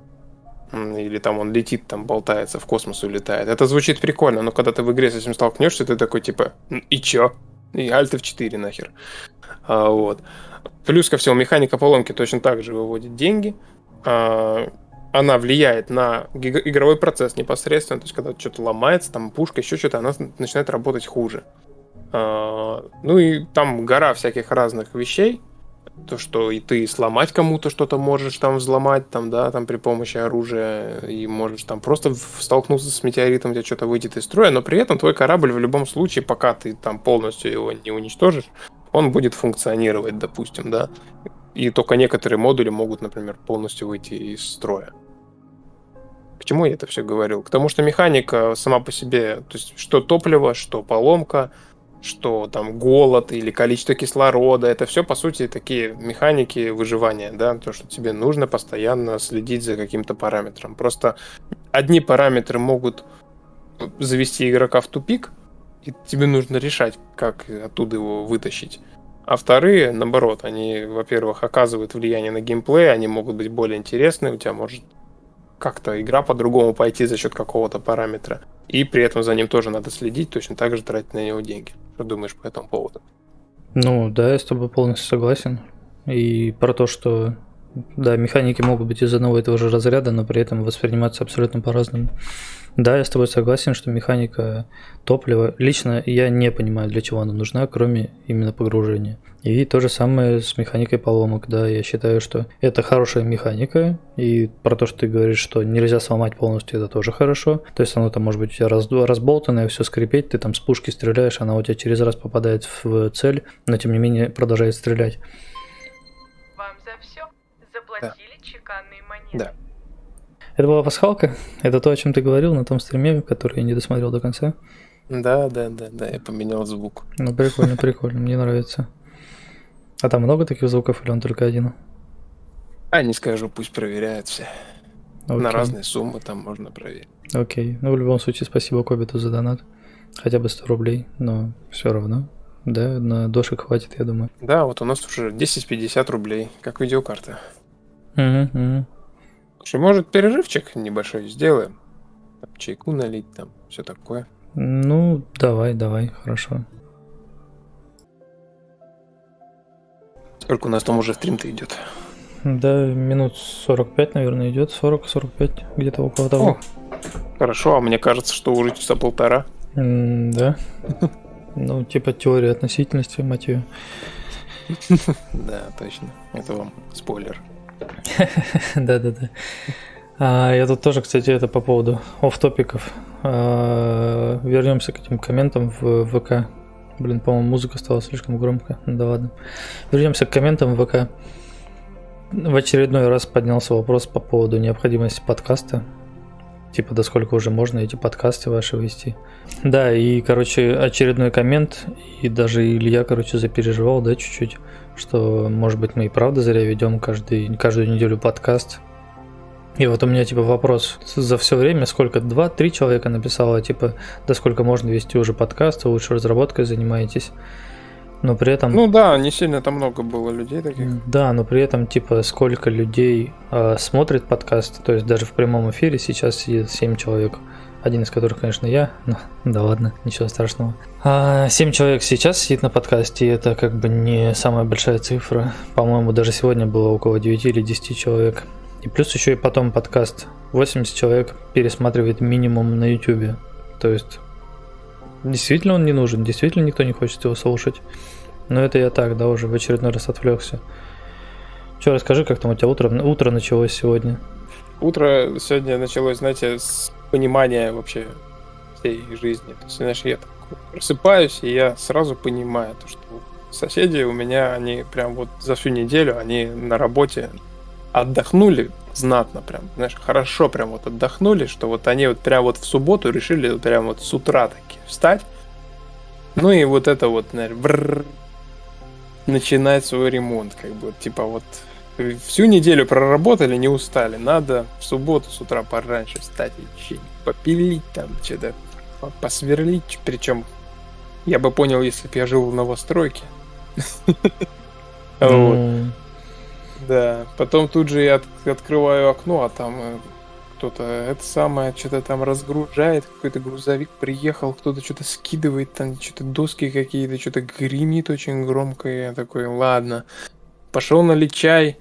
Или там он летит, там болтается, в космос улетает. Это звучит прикольно, но когда ты в игре с этим столкнешься, ты такой типа, и чё? И Alt эф четыре нахер. А, вот. Плюс ко всему, механика поломки точно так же выводит деньги. А, она влияет на игровой процесс непосредственно. То есть, когда что-то ломается, там пушка, еще что-то, она начинает работать хуже. А, ну и там гора всяких разных вещей. То, что и ты сломать кому-то что-то можешь там взломать, там, да, там при помощи оружия, и можешь там просто столкнуться с метеоритом, у тебя что-то выйдет из строя, но при этом твой корабль в любом случае, пока ты там полностью его не уничтожишь, он будет функционировать, допустим, да. И только некоторые модули могут, например, полностью выйти из строя. К чему я это все говорил? К тому, что механика сама по себе, то есть что топливо, что поломка, что там голод или количество кислорода, это все, по сути, такие механики выживания, да, то, что тебе нужно постоянно следить за каким-то параметром. Просто одни параметры могут завести игрока в тупик, и тебе нужно решать, как оттуда его вытащить. А вторые, наоборот, они, во-первых, оказывают влияние на геймплей, они могут быть более интересны, у тебя может как-то игра по-другому пойти за счет какого-то параметра. И при этом за ним тоже надо следить, точно так же тратить на него деньги. Что думаешь по этому поводу? Ну, да, я с тобой полностью согласен. И про то, что, да, механики могут быть из одного и того же разряда, но при этом восприниматься абсолютно по-разному. Да, я с тобой согласен, что механика топлива, лично я не понимаю, для чего она нужна, кроме именно погружения. И то же самое с механикой поломок, да, я считаю, что это хорошая механика, и про то, что ты говоришь, что нельзя сломать полностью, это тоже хорошо. То есть оно там может быть у тебя раз, разболтанное, все скрипеть, ты там с пушки стреляешь, она у тебя через раз попадает в цель, но тем не менее продолжает стрелять. Вам за все заплатили да. чеканные монеты. Да. Это была пасхалка? Это то, о чем ты говорил на том стриме, который я не досмотрел до конца? Да, да, да, да, я поменял звук. Ну, прикольно, прикольно, мне нравится. А там много таких звуков или он только один? А, не скажу, пусть проверяют все. Окей. На разные суммы там можно проверить. Окей, ну в любом случае спасибо Кобиту за донат. Хотя бы сто рублей, но все равно. Да, на дошек хватит, я думаю. Да, вот у нас уже десять пятьдесят рублей, как видеокарта. Угу, угу. Слушай, может, перерывчик небольшой сделаем? Там, чайку налить, там, все такое. Ну, давай, давай, хорошо. Сколько у нас там уже стрим-то идет? Да, минут сорок пять, наверное, идет. сорок-сорок пять, где-то около того. О, хорошо, а мне кажется, что уже часа полтора. М, да. Ну, типа теория относительности, мать её. Да, точно. Это вам спойлер. Да-да-да. А, я тут тоже, кстати, это по поводу офф-топиков. А, вернемся к этим комментам в ВК. Блин, по-моему, музыка стала слишком громко. Да ладно. Вернемся к комментам в ВК. В очередной раз поднялся вопрос по поводу необходимости подкаста. Типа, до сколько уже можно эти подкасты ваши вести. Да, и, короче, очередной коммент. И даже Илья, короче, запереживал, да, чуть-чуть. Что, может быть, мы и правда зря ведем каждый, каждую неделю подкаст. И вот у меня, типа, вопрос. За все время сколько? Два-три человека написало, типа, до сколько можно вести уже подкасты, лучше разработкой занимаетесь. Но при этом... Ну да, не сильно там много было людей таких. Да, но при этом, типа, сколько людей э, смотрит подкаст. То есть даже в прямом эфире сейчас сидит семь человек. Один из которых, конечно, я. Ну, да ладно, ничего страшного. А семь человек сейчас сидит на подкасте, и это как бы не самая большая цифра. По-моему, даже сегодня было около девяти или десяти человек. И плюс еще и потом подкаст восемьдесят человек пересматривает минимум на YouTube. То есть действительно он не нужен, действительно никто не хочет его слушать. Но это я так, да, уже в очередной раз отвлекся. Че, расскажи, как там у тебя утро, утро началось сегодня? Утро сегодня началось, знаете, с понимания вообще всей жизни. То есть, знаешь, я так просыпаюсь, и я сразу понимаю, то, что соседи у меня, они прям вот за всю неделю, они на работе отдохнули знатно прям, знаешь, хорошо прям вот отдохнули, что вот они вот прям вот в субботу решили вот прям вот с утра таки встать. Ну и вот это вот, наверное, бррр, начинать свой ремонт, как бы, типа вот всю неделю проработали, не устали, надо в субботу с утра пораньше встать и что-нибудь попилить там, что-то посверлить, причем я бы понял, если бы я жил в новостройке. Да, потом тут же я открываю окно, а там кто-то это самое, что-то там разгружает, какой-то грузовик приехал, кто-то что-то скидывает, там что-то доски какие-то, что-то гремит очень громко, и я такой, ладно, пошел налить чай,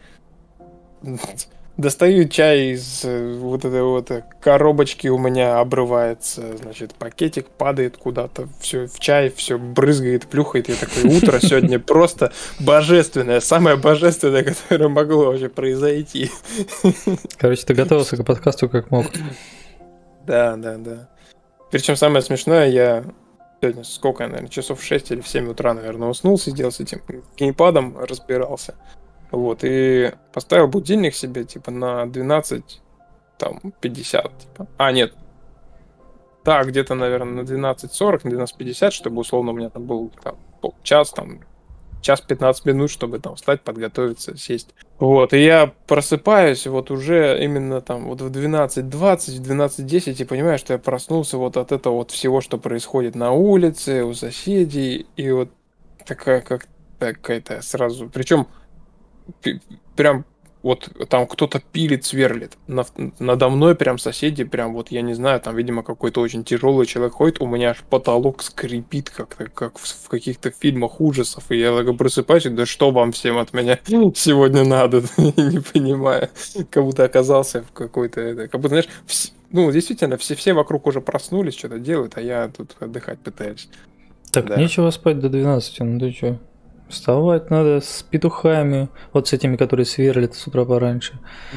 достаю чай из вот этой вот коробочки, у меня обрывается, значит, пакетик падает куда-то, все в чай, все брызгает, плюхает, я такой, утро сегодня просто божественное, самое божественное, которое могло вообще произойти. Короче, ты готовился к подкасту как мог. Да, да, да. Причем самое смешное, я сегодня сколько, наверное, часов в шесть или в семь утра, наверное, уснул, сидел с этим геймпадом, разбирался. Вот, и поставил будильник себе, типа, на двенадцать, там, пятьдесят, типа. А, нет. Да, где-то, наверное, на двенадцать сорок, на двенадцать пятьдесят, чтобы, условно, у меня там был, там, час, там, час пятнадцать минут, чтобы, там, встать, подготовиться, сесть. Вот, и я просыпаюсь, вот, уже именно, там, вот в двенадцать двадцать, в двенадцать десять, и понимаю, что я проснулся вот от этого вот всего, что происходит на улице, у соседей, и вот такая, как, какая-то сразу, причем прям вот там кто-то пилит, сверлит. На, надо мной прям соседи, прям вот, я не знаю, там, видимо, какой-то очень тяжелый человек ходит, у меня аж потолок скрипит, как-то, как в, в каких-то фильмах ужасов, и я так просыпаюсь, да что вам всем от меня сегодня надо, не понимаю, как будто оказался в какой-то, как будто, знаешь, вс... ну, действительно, все, все вокруг уже проснулись, что-то делают, а я тут отдыхать пытаюсь. Так, да. Нечего спать до двенадцати, ну ты чё? Вставать надо с петухами, вот с этими, которые сверлят с утра пораньше.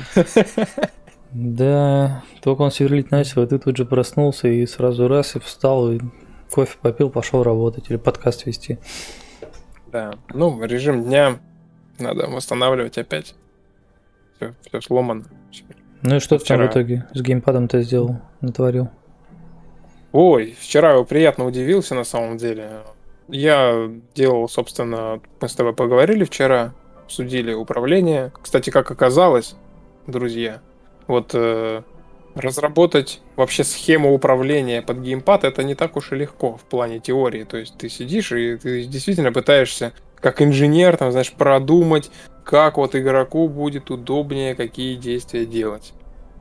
Да, только он сверлить начал, и ты тут же проснулся и сразу раз и встал, и кофе попил, пошел работать или подкаст вести. Да, ну, режим дня надо восстанавливать опять. Все, все сломано. Ну и что ты там в итоге с геймпадом ты сделал, натворил? Ой, вчера я приятно удивился на самом деле. Я делал, собственно, мы с тобой поговорили вчера, обсудили управление. Кстати, как оказалось, друзья, вот э, разработать вообще схему управления под геймпад это не так уж и легко в плане теории. То есть ты сидишь и ты действительно пытаешься, как инженер, там, знаешь, продумать, как вот игроку будет удобнее, какие действия делать.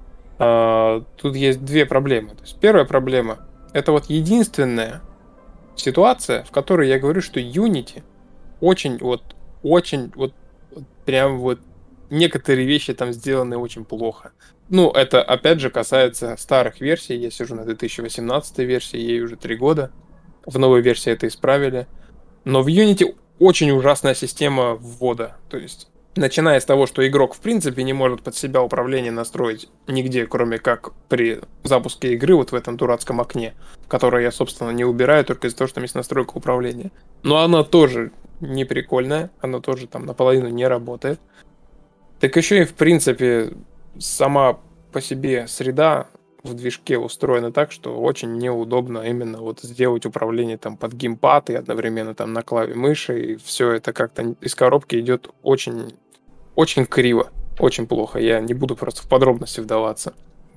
А, тут есть две проблемы. То есть первая проблема — это вот единственная ситуация, в которой я говорю, что Unity очень вот, очень вот, прям вот некоторые вещи там сделаны очень плохо. Ну, это опять же касается старых версий. Я сижу на две тысячи восемнадцатой версии, ей уже три года. В новой версии это исправили. Но в Unity очень ужасная система ввода. То есть, начиная с того, что игрок в принципе не может под себя управление настроить нигде, кроме как при запуске игры вот в этом дурацком окне, которое я, собственно, не убираю только из-за того, что там есть настройка управления. Но она тоже не прикольная, она тоже там наполовину не работает. Так еще и, в принципе, сама по себе среда в движке устроена так, что очень неудобно именно вот сделать управление там под геймпад и одновременно там на клаве мыши, и все это как-то из коробки идет очень, очень криво, очень плохо. Я не буду просто в подробности вдаваться.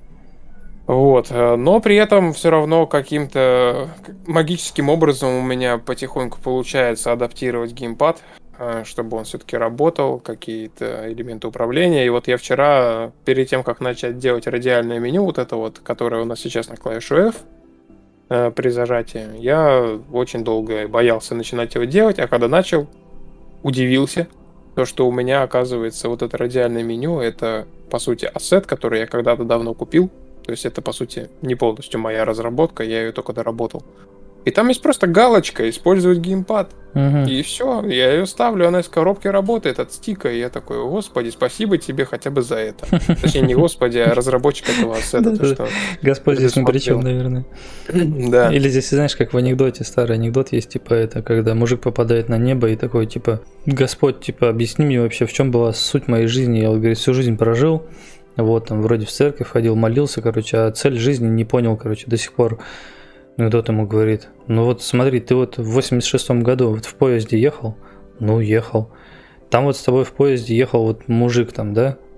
Вот, но при этом все равно каким-то магическим образом у меня потихоньку получается адаптировать геймпад, чтобы он все-таки работал, какие-то элементы управления. И вот я вчера, перед тем, как начать делать радиальное меню, вот это вот, которое у нас сейчас на клавишу F при зажатии, я очень долго боялся начинать его делать, а когда начал, удивился, то, что у меня, оказывается, вот это радиальное меню, это, по сути, ассет, который я когда-то давно купил. То есть это, по сути, не полностью моя разработка, я ее только доработал. И там есть просто галочка «Использовать геймпад». Uh-huh. И все, я ее ставлю, она из коробки работает от стика. И я такой: господи, спасибо тебе хотя бы за это. Точнее, не господи, а разработчик этого ассета. Господь здесь ни при чем, наверное. Да. Или здесь, знаешь, как в анекдоте, старый анекдот есть, типа это, когда мужик попадает на небо и такой, типа: Господь, типа, объясни мне вообще, в чем была суть моей жизни. Я, говорит, всю жизнь прожил. Вот, там, вроде в церковь ходил, молился, короче, а цель жизни не понял, короче, до сих пор. Ну, тот ему говорит: ну вот смотри, ты вот в восемьдесят шестом году вот в поезде ехал? Ну, ехал. Там вот с тобой в поезде ехал вот мужик там, да?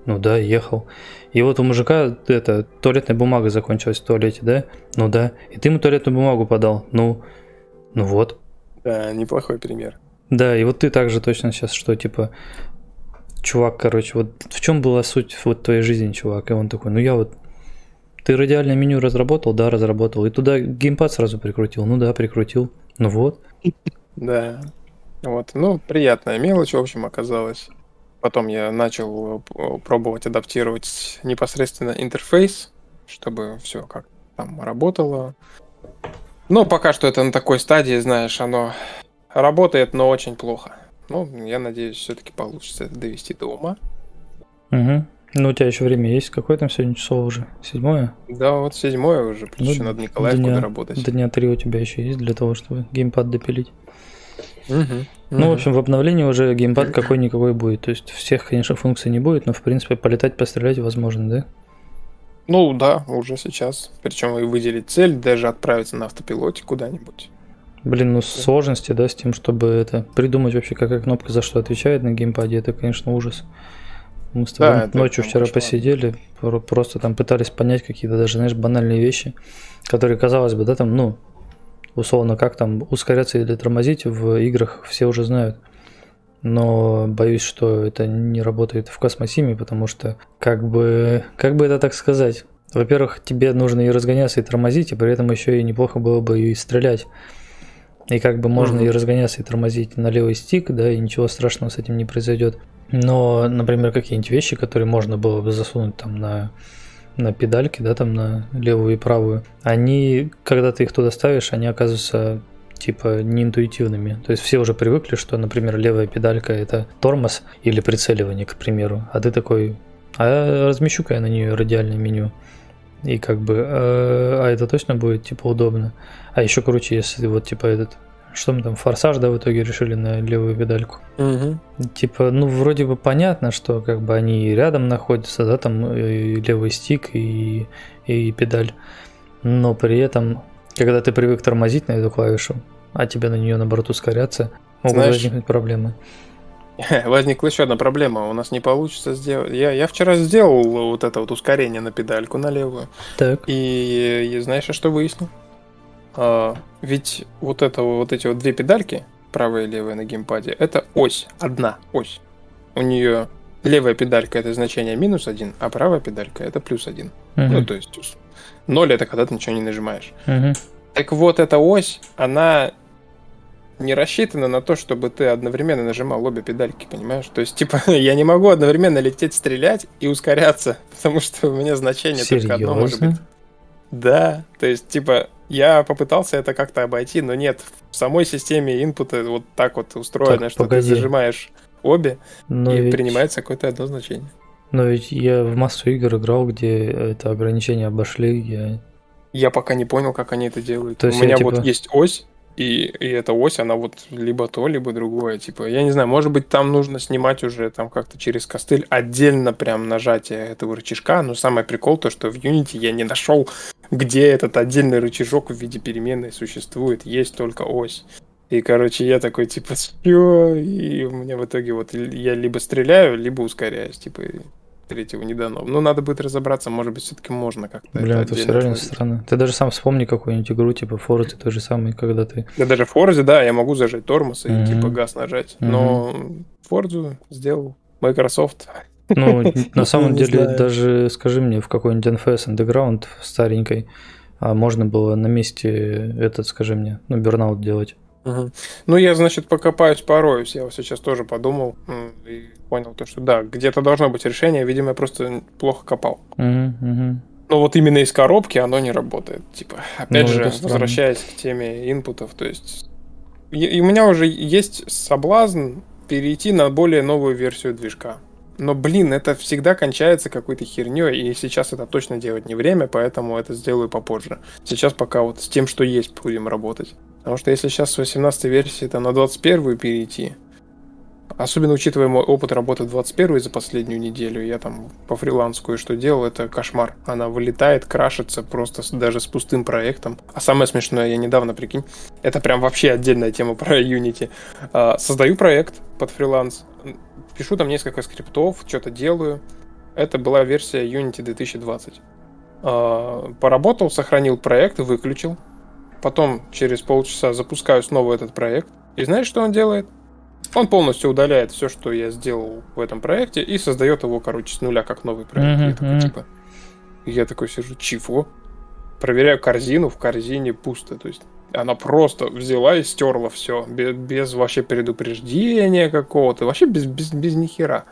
Ну да, ехал. И вот у мужика это, туалетная бумага закончилась в туалете, да? Ну да. И ты ему туалетную бумагу подал. Ну, ну вот. Да, неплохой пример. Да, и вот ты также точно сейчас, что типа, чувак, короче, вот в чем была суть вот твоей жизни, чувак? И он такой, ну я вот, ты радиальное меню разработал? Да, разработал. И туда геймпад сразу прикрутил? Ну да, прикрутил. Ну вот. Да. Вот, ну, приятная мелочь, в общем, оказалась. Потом я начал пробовать адаптировать непосредственно интерфейс, чтобы все как там работало. Но пока что это на такой стадии, знаешь, оно работает, но очень плохо. Ну, я надеюсь, все-таки получится это довести до ума. Угу. Ну, у тебя еще время есть. Какое там сегодня число уже? Седьмое? Да, вот седьмое уже. Плюс ну, еще надо Николаевку дня, доработать. Дня три у тебя еще есть для того, чтобы геймпад допилить. Угу. Ну, в общем, в обновлении уже геймпад какой-никакой будет. То есть всех, конечно, функций не будет, но, в принципе, полетать, пострелять возможно, да? Ну, да, уже сейчас. Причем и выделить цель, даже отправиться на автопилоте куда-нибудь. Блин, ну сложности, да, с тем, чтобы это придумать вообще, какая кнопка за что отвечает на геймпаде, это, конечно, ужас. Мы с тобой да, ночью вчера кошмар. Посидели, просто там пытались понять какие-то даже, знаешь, банальные вещи, которые, казалось бы, да, там, ну, условно, как там ускоряться или тормозить в играх все уже знают. Но боюсь, что это не работает в космосиме, потому что, как бы, как бы это так сказать, во-первых, тебе нужно и разгоняться, и тормозить, и при этом еще и неплохо было бы и стрелять. И как бы можно mm-hmm. и разгоняться, и тормозить на левый стик, да, и ничего страшного с этим не произойдет. Но, например, какие-нибудь вещи, которые можно было бы засунуть там на, на педальки, да, там на левую и правую, они, когда ты их туда ставишь, они оказываются типа неинтуитивными. То есть все уже привыкли, что, например, левая педалька это тормоз или прицеливание, к примеру, а ты такой, а размещу-ка я на нее радиальное меню. И как бы, а, а это точно будет типа удобно. А еще круче, если вот типа этот, что мы там, форсаж, да, в итоге решили на левую педальку. Угу. Типа, ну вроде бы понятно, что как бы они рядом находятся, да, там и левый стик и, и педаль. Но при этом, когда ты привык тормозить на эту клавишу, а тебе на нее наоборот ускоряться, могут Знаешь, возникнуть проблемы. Возникла еще одна проблема. У нас не получится сделать. Я, я вчера сделал вот это вот ускорение на педальку на левую. Так. И, и знаешь, что выяснил? А, ведь вот это вот эти вот две педальки, правая и левая на геймпаде, это ось, одна ось. У нее левая педалька это значение минус один, а правая педалька это плюс один. Uh-huh. Ну, то есть ноль это когда ты ничего не нажимаешь. Uh-huh. Так вот, эта ось, она не рассчитана на то, чтобы ты одновременно нажимал обе педальки, понимаешь? То есть, типа, я не могу одновременно лететь, стрелять и ускоряться, потому что у меня значение Серьезно? Только одно может быть. Да, то есть, типа, я попытался это как-то обойти, но нет, в самой системе инпута вот так вот устроено, так, что погоди. Ты зажимаешь обе, но и ведь... принимается какое-то одно значение. Но ведь я в массу игр играл, где это ограничение обошли, я... Я пока не понял, как они это делают. То у меня типа... вот есть ось, И, и эта ось, она вот либо то, либо другое. Типа, я не знаю, может быть, там нужно снимать уже там как-то через костыль отдельно прям нажатие этого рычажка. Но самый прикол то, что в Unity я не нашел, где этот отдельный рычажок в виде переменной существует. Есть только ось. И, короче, я такой, типа, чё? И у меня в итоге вот я либо стреляю, либо ускоряюсь. Типа, третьего не дано. Ну, надо будет разобраться, может быть, все-таки можно как-то. Блин, это, это все реально странно. Ты даже сам вспомни какую-нибудь игру, типа Forza, той же самой, когда ты... Да даже в Forza, да, я могу зажать тормоз и mm-hmm. типа газ нажать. Mm-hmm. Но Forza сделал Microsoft. Ну, на самом деле, даже скажи мне, в какой-нибудь эн эф эс Underground старенькой можно было на месте этот, скажи мне, ну, Burnout делать. Угу. Ну, я, значит, покопаюсь, пороюсь. Я вот сейчас тоже подумал и понял то, что да, где-то должно быть решение. Видимо, я просто плохо копал. Угу, угу. Но вот именно из коробки оно не работает. Типа, опять ну, же, возвращаясь к теме инпутов, то есть и у меня уже есть соблазн перейти на более новую версию движка. Но, блин, это всегда кончается какой-то херней, и сейчас это точно делать не время, поэтому это сделаю попозже. Сейчас пока вот с тем, что есть, будем работать. Потому что если сейчас с восемнадцатой версии там, на двадцать первую перейти, особенно учитывая мой опыт работы двадцать первой за последнюю неделю, я там по фрилансу кое-что делал, это кошмар. Она вылетает, крашится просто с, даже с пустым проектом. А самое смешное, я недавно, прикинь, это прям вообще отдельная тема про Unity. А, создаю проект под фриланс, пишу там несколько скриптов, что-то делаю, Это была версия Unity две тысячи двадцать. Поработал, сохранил проект, выключил. Потом через полчаса запускаю снова этот проект. И знаешь, что он делает? Он полностью удаляет все, что я сделал в этом проекте, и создает его, короче, с нуля, как новый проект. Mm-hmm. Я такой, типа... Я такой сижу, чего? Проверяю корзину, в корзине пусто. То есть она просто взяла и стерла все. Без, без вообще предупреждения какого-то. Вообще без, без, без ни хера.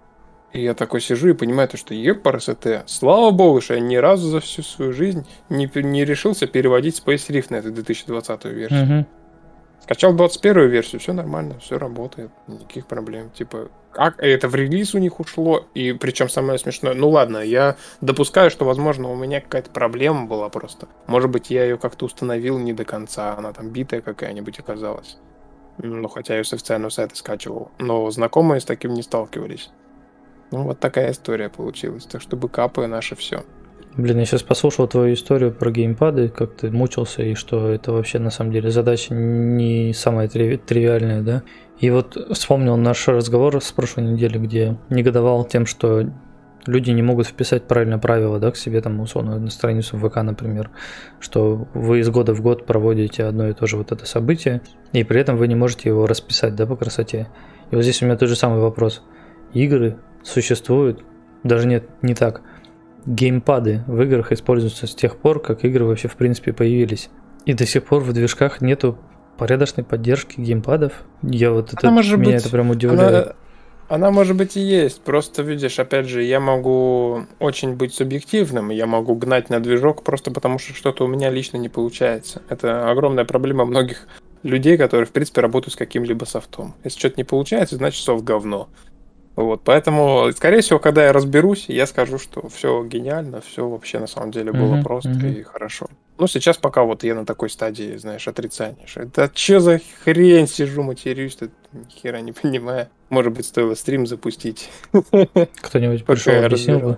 И я такой сижу и понимаю, то, что епарасоте. Слава богу, что я ни разу за всю свою жизнь не, не решился переводить Space Rift на эту две тысячи двадцатую версию. Mm-hmm. Скачал двадцать первую версию, все нормально, все работает, никаких проблем. Типа, как это в релиз у них ушло, и причем самое смешное, ну ладно, я допускаю, что, возможно, у меня какая-то проблема была просто. Может быть, я ее как-то установил не до конца, она там битая какая-нибудь оказалась. Ну, хотя я ее с официального сайта скачивал. Но знакомые с таким не сталкивались. Ну, вот такая история получилась. Так что бэкапы наше все. Блин, я сейчас послушал твою историю про геймпады, как ты мучился, и что это вообще на самом деле задача не самая триви- тривиальная, да? И вот вспомнил наш разговор с прошлой недели, где негодовал тем, что люди не могут вписать правильно правила, да, к себе там, условно, на страницу в ВК, например, что вы из года в год проводите одно и то же вот это событие, и при этом вы не можете его расписать, да, по красоте. И вот здесь у меня тот же самый вопрос. Игры существуют, даже нет, не так. Геймпады в играх используются с тех пор, как игры вообще в принципе появились. И до сих пор в движках нету порядочной поддержки геймпадов. Я вот это, меня быть, это прям удивляет. Она, она может быть и есть. Просто видишь, опять же, я могу очень быть субъективным, я могу гнать на движок просто потому, что что-то у меня лично не получается. Это огромная проблема многих людей, которые в принципе работают с каким-либо софтом. Если что-то не получается, значит софт говно. Вот, поэтому, скорее всего, когда я разберусь, я скажу, что все гениально, все вообще на самом деле было uh-huh, просто uh-huh. и хорошо. Ну, сейчас пока вот я на такой стадии, знаешь, отрицания. Да что за хрень сижу, матерюсь, тут ни хера не понимаю. Может быть, стоило стрим запустить. Кто-нибудь пришел, объяснил бы?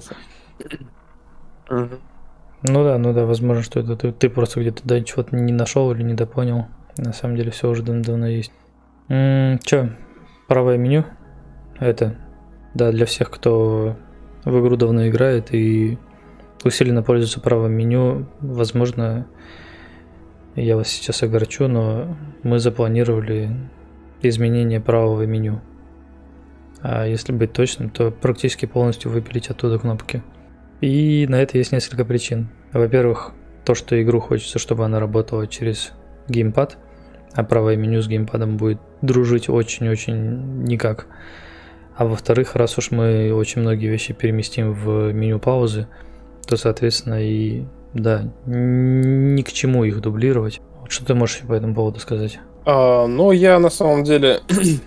Uh-huh. Ну да, ну да, возможно, что это ты, ты просто где-то да, чего-то не нашел или недопонял. На самом деле все уже давно есть. М-м, че, правое меню? Это... Да, для всех, кто в игру давно играет и усиленно пользуется правым меню, возможно, я вас сейчас огорчу, но мы запланировали изменение правого меню. А если быть точным, то практически полностью выпилить оттуда кнопки. И на это есть несколько причин. Во-первых, то, что игру хочется, чтобы она работала через геймпад, а правое меню с геймпадом будет дружить очень-очень никак. А во-вторых, раз уж мы очень многие вещи переместим в меню паузы, то, соответственно, и да, ни к чему их дублировать. Что ты можешь по этому поводу сказать? А, ну, я на самом деле...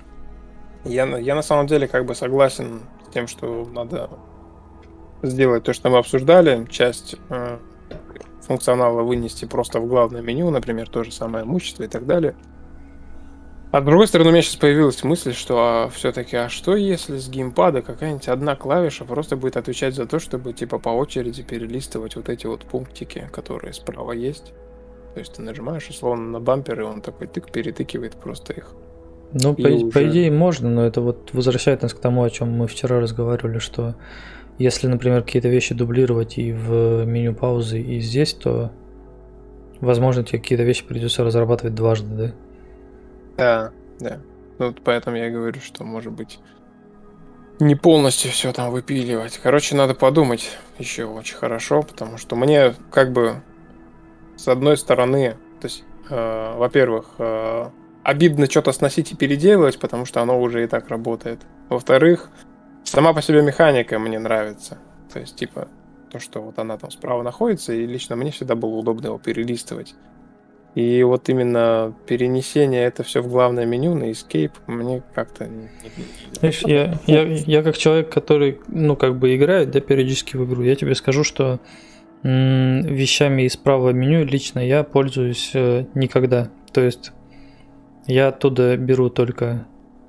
я, я на самом деле как бы согласен с тем, что надо сделать то, что мы обсуждали. Часть э, функционала вынести просто в главное меню, например, то же самое имущество и так далее. А с другой стороны, у меня сейчас появилась мысль, что а, все-таки, а что если с геймпада какая-нибудь одна клавиша просто будет отвечать за то, чтобы типа по очереди перелистывать вот эти вот пунктики, которые справа есть. То есть ты нажимаешь условно на бампер, и он такой тык перетыкивает просто их. Ну, по, уже... по идее можно, но это вот возвращает нас к тому, о чем мы вчера разговаривали, что если, например, какие-то вещи дублировать и в меню паузы, и здесь, то, возможно, тебе какие-то вещи придется разрабатывать дважды, да? Да, да. Ну, поэтому я говорю, что, может быть, не полностью все там выпиливать. Короче, надо подумать еще очень хорошо, потому что мне как бы с одной стороны, то есть, э, во-первых, э, обидно что-то сносить и переделывать, потому что оно уже и так работает. Во-вторых, сама по себе механика мне нравится. То есть, типа, то, что вот она там справа находится, и лично мне всегда было удобно его перелистывать. И вот именно перенесение это все в главное меню на Escape мне как-то не... Знаешь, я, я, я как человек, который, ну, как бы играет, да, периодически в игру, я тебе скажу, что м- вещами из правого меню лично я пользуюсь э, никогда. То есть я оттуда беру только...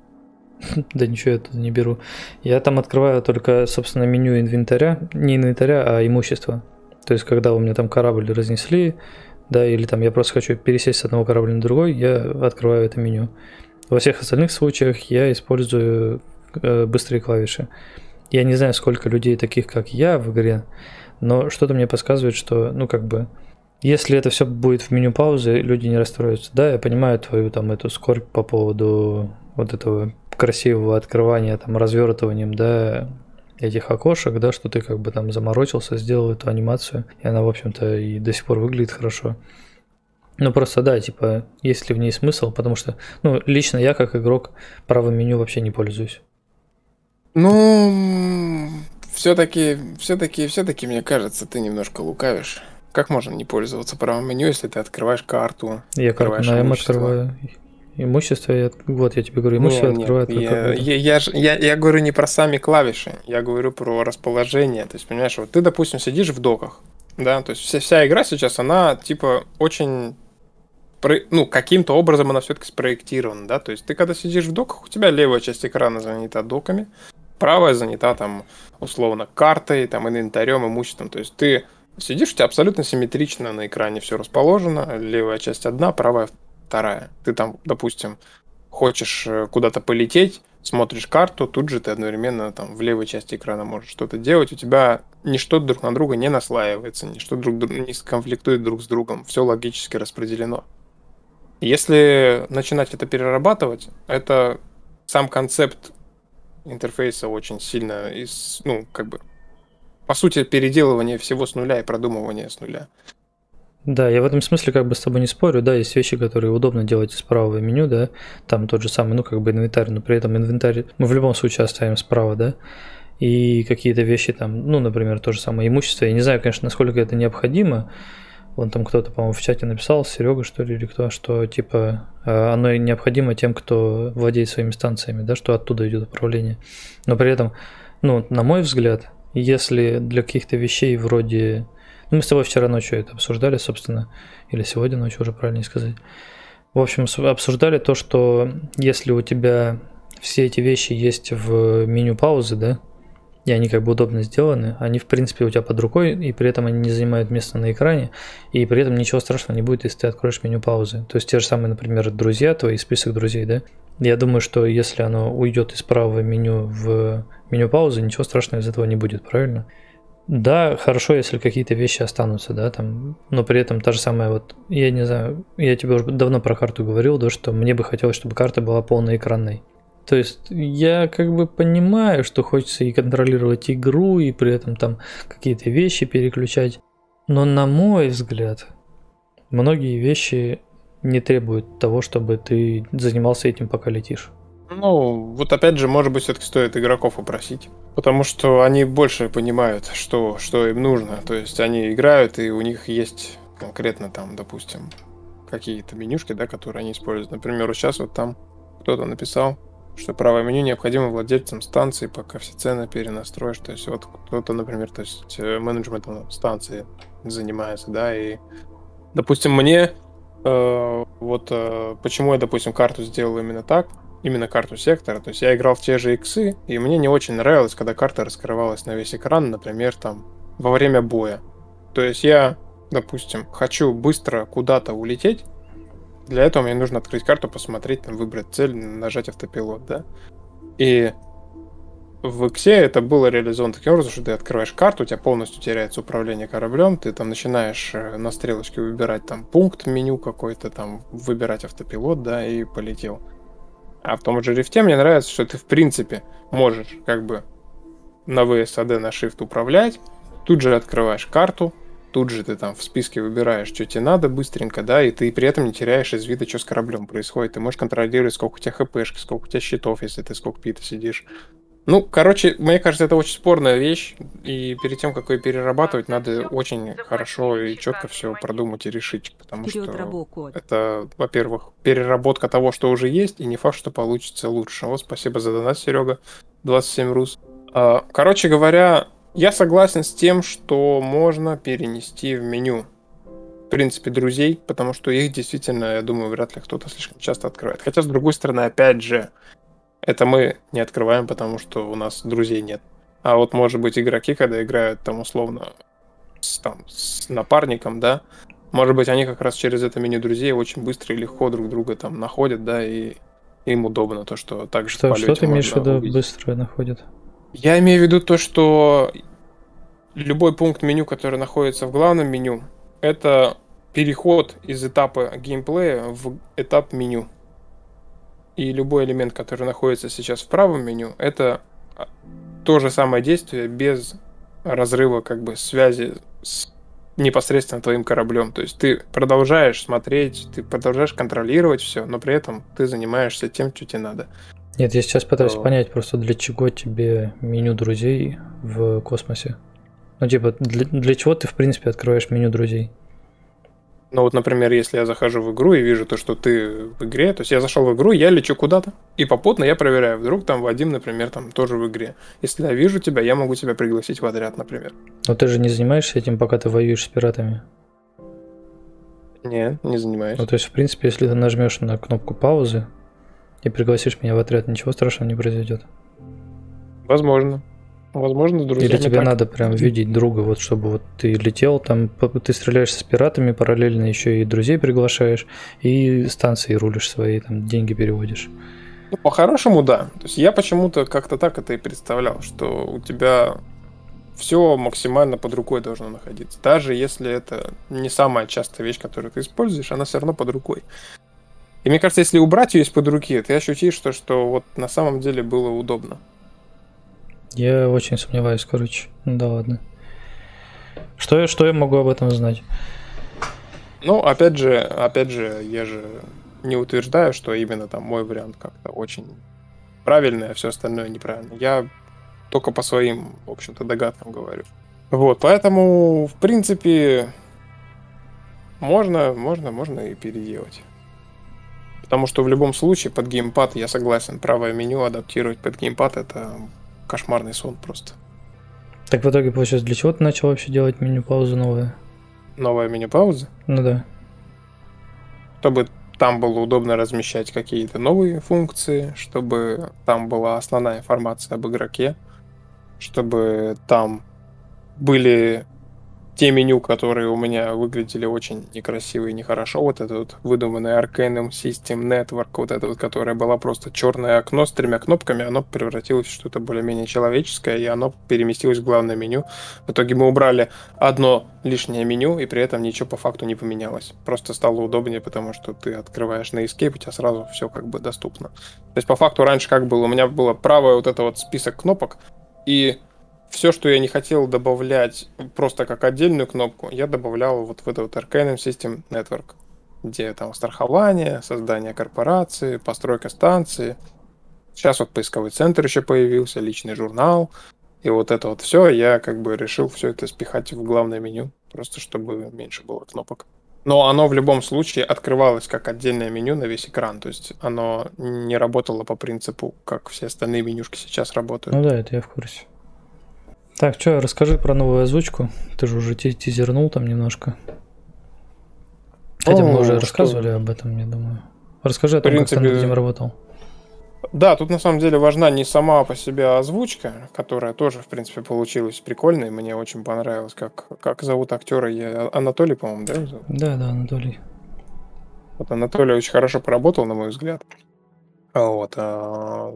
да ничего я оттуда не беру. Я там открываю только, собственно, меню инвентаря, не инвентаря, а имущества. То есть когда у меня там корабль разнесли, да, или там я просто хочу пересесть с одного корабля на другой, я открываю это меню. Во всех остальных случаях я использую э, быстрые клавиши. Я не знаю, сколько людей таких, как я в игре, но что-то мне подсказывает, что, ну, как бы, если это все будет в меню паузы, люди не расстроятся. Да, я понимаю твою там эту скорбь по поводу вот этого красивого открывания, там, развертыванием, да, этих окошек, да, что ты как бы там заморочился, сделал эту анимацию, и она, в общем-то, и до сих пор выглядит хорошо. Ну, просто, да, типа, есть ли в ней смысл, потому что, ну, лично я, как игрок, правым меню вообще не пользуюсь. Ну, все-таки, все-таки, все-таки, мне кажется, ты немножко лукавишь. Как можно не пользоваться правым меню, если ты открываешь карту? Я карту на М открываю. Имущество, я, вот я тебе говорю, имущество нет, открывает. Нет, я, я, я, я, я говорю не про сами клавиши, я говорю про расположение. То есть, понимаешь, вот ты, допустим, сидишь в доках, да, то есть вся, вся игра сейчас, она, типа, очень, ну, каким-то образом она все-таки спроектирована, да, то есть ты, когда сидишь в доках, у тебя левая часть экрана занята доками, правая занята, там, условно, картой, там, инвентарем, имуществом, то есть ты сидишь, у тебя абсолютно симметрично на экране все расположено, левая часть одна, правая вторая. Ты там, допустим, хочешь куда-то полететь, смотришь карту, тут же ты одновременно там в левой части экрана можешь что-то делать, у тебя ничто друг на друга не наслаивается, ничто друг не конфликтует друг с другом, все логически распределено. Если начинать это перерабатывать, это сам концепт интерфейса очень сильно, из, ну, как бы, по сути, переделывание всего с нуля и продумывание с нуля. Да, я в этом смысле как бы с тобой не спорю, да, есть вещи, которые удобно делать из правого меню, да, там тот же самый, ну, как бы инвентарь, но при этом инвентарь мы в любом случае оставим справа, да, и какие-то вещи там, ну, например, то же самое имущество, я не знаю, конечно, насколько это необходимо, вон там кто-то, по-моему, в чате написал, Серега, что ли, или кто, что, типа, оно необходимо тем, кто владеет своими станциями, да, что оттуда идет управление, но при этом, ну, на мой взгляд, если для каких-то вещей вроде... Мы с тобой вчера ночью это обсуждали, собственно, или сегодня ночью уже правильнее сказать. В общем, обсуждали то, что если у тебя все эти вещи есть в меню паузы, да, и они как бы удобно сделаны, они, в принципе, у тебя под рукой, и при этом они не занимают места на экране, и при этом ничего страшного не будет, если ты откроешь меню паузы. То есть те же самые, например, друзья, твои список друзей, да. Я думаю, что если оно уйдет из правого меню в меню паузы, ничего страшного из этого не будет, правильно? Да, хорошо, если какие-то вещи останутся, да, там, но при этом та же самая вот, я не знаю, я тебе уже давно про карту говорил, да, что мне бы хотелось, чтобы карта была полноэкранной. То есть я как бы понимаю, что хочется и контролировать игру, и при этом там какие-то вещи переключать, но на мой взгляд, многие вещи не требуют того, чтобы ты занимался этим, пока летишь. Ну, вот опять же, может быть, все-таки стоит игроков упросить. Потому что они больше понимают, что, что им нужно. То есть они играют, и у них есть конкретно там, допустим, какие-то менюшки, да, которые они используют. Например, вот сейчас вот там кто-то написал, что правое меню необходимо владельцам станции, пока все цены перенастроишь. То есть вот кто-то, например, то есть менеджментом станции занимается, да, и, допустим, мне э, вот э, почему я, допустим, карту сделал именно так, именно карту сектора, то есть я играл в те же иксы, и мне не очень нравилось, когда карта раскрывалась на весь экран, например, там, во время боя. То есть я, допустим, хочу быстро куда-то улететь, для этого мне нужно открыть карту, посмотреть, там, выбрать цель, нажать автопилот, да. И в иксе это было реализовано таким образом, что ты открываешь карту, у тебя полностью теряется управление кораблем, ты там начинаешь на стрелочке выбирать там пункт меню какой-то, там, выбирать автопилот, да, и полетел. А в том же рифте мне нравится, что ты в принципе можешь как бы на ви эс эй ди, на Shift управлять, тут же открываешь карту, тут же ты там в списке выбираешь, что тебе надо быстренько, да, и ты при этом не теряешь из вида, что с кораблем происходит. Ты можешь контролировать, сколько у тебя хпшки, сколько у тебя щитов, если ты с кокпита сидишь. Ну, короче, мне кажется, это очень спорная вещь, и перед тем, как ее перерабатывать, надо очень хорошо и четко все продумать и решить, потому что это, во-первых, переработка того, что уже есть, и не факт, что получится лучше. Вот, спасибо за донат, Серега, двадцать семь рус. Короче говоря, я согласен с тем, что можно перенести в меню, в принципе, друзей, потому что их действительно, я думаю, вряд ли кто-то слишком часто открывает. Хотя, с другой стороны, опять же, это мы не открываем, потому что у нас друзей нет. А вот, может быть, игроки, когда играют там условно с, там, с напарником, да, может быть, они как раз через это меню друзей очень быстро и легко друг друга там находят, да, и им удобно то, что так же что, в полете что ты имеешь в виду быстро находят? Я имею в виду то, что любой пункт меню, который находится в главном меню, это переход из этапа геймплея в этап меню. И любой элемент, который находится сейчас в правом меню, это то же самое действие без разрыва как бы связи с непосредственно твоим кораблем. То есть ты продолжаешь смотреть, ты продолжаешь контролировать все, но при этом ты занимаешься тем, что тебе надо. Нет, я сейчас пытаюсь То... понять просто, для чего тебе меню друзей в космосе. Ну, типа, для, для чего ты, в принципе, открываешь меню друзей? Ну, вот, например, если я захожу в игру и вижу то, что ты в игре, то есть я зашел в игру, я лечу куда-то, и попутно я проверяю, вдруг там Вадим, например, там тоже в игре. Если я вижу тебя, я могу тебя пригласить в отряд, например. Но ты же не занимаешься этим, пока ты воюешь с пиратами? Нет, не занимаюсь. Ну, то есть, в принципе, если ты нажмешь на кнопку паузы и пригласишь меня в отряд, ничего страшного не произойдет. Возможно. Возможно, друзья. Или тебе так... надо прям видеть друга, вот чтобы вот ты летел, там ты стреляешься с пиратами, параллельно еще и друзей приглашаешь, и станции рулишь свои, там деньги переводишь. Ну, по-хорошему, да. То есть я почему-то как-то так это и представлял, что у тебя все максимально под рукой должно находиться. Даже если это не самая частая вещь, которую ты используешь, она все равно под рукой. И мне кажется, если убрать ее из-под руки, ты ощутишь, что, что вот на самом деле было удобно. Я очень сомневаюсь, короче. Ну да ладно. Что я, что я могу об этом знать? Ну, опять же, опять же, я же не утверждаю, что именно там мой вариант как-то очень правильный, а все остальное неправильно. Я только по своим, в общем-то, догадкам говорю. Вот, поэтому, в принципе, можно, можно, можно и переделать. Потому что в любом случае под геймпад, я согласен, правое меню адаптировать под геймпад — это кошмарный сон просто. Так в итоге, получается, для чего ты начал вообще делать меню паузы новое? Новое меню паузы? Ну да. Чтобы там было удобно размещать какие-то новые функции, чтобы там была основная информация об игроке, чтобы там были те меню, которые у меня выглядели очень некрасиво и нехорошо. Вот это вот выдуманный Arcanum System Network, вот это вот, которое было просто черное окно с тремя кнопками, оно превратилось в что-то более-менее человеческое, и оно переместилось в главное меню. В итоге мы убрали одно лишнее меню, и при этом ничего по факту не поменялось. Просто стало удобнее, потому что ты открываешь на Escape, у тебя сразу все как бы доступно. То есть по факту раньше как было? У меня было правое вот это вот список кнопок, и все, что я не хотел добавлять просто как отдельную кнопку, я добавлял вот в этот вот Arcanum System Network, где там страхование, создание корпорации, постройка станции. Сейчас вот поисковый центр еще появился, личный журнал. И вот это вот все, я как бы решил все это спихать в главное меню, просто чтобы меньше было кнопок. Но оно в любом случае открывалось как отдельное меню на весь экран. То есть оно не работало по принципу, как все остальные менюшки сейчас работают. Ну да, это я в курсе. Так, что, расскажи про новую озвучку. Ты же уже тизернул там немножко. Хотя О, мы уже что? рассказывали об этом, я думаю. Расскажи о том, принципе, как ты над этим работал. Да, тут на самом деле важна не сама по себе озвучка, которая тоже, в принципе, получилась прикольной. Мне очень понравилось, как, как зовут актера. Я... Анатолий, по-моему, да? Зовут? Да, да, Анатолий. Вот Анатолий очень хорошо поработал, на мой взгляд. Вот. А...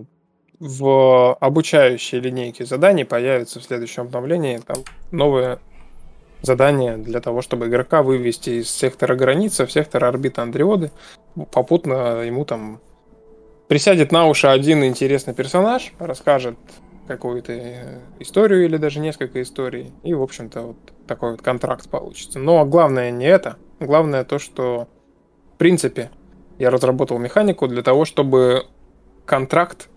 В обучающей линейке заданий появится в следующем обновлении там новое задание для того, чтобы игрока вывести из сектора границы в сектор орбиты Андриоды. Попутно ему там присядет на уши один интересный персонаж, расскажет какую-то историю или даже несколько историй, и, в общем-то, вот такой вот контракт получится. Но главное не это. Главное то, что, в принципе, я разработал механику для того, чтобы контракт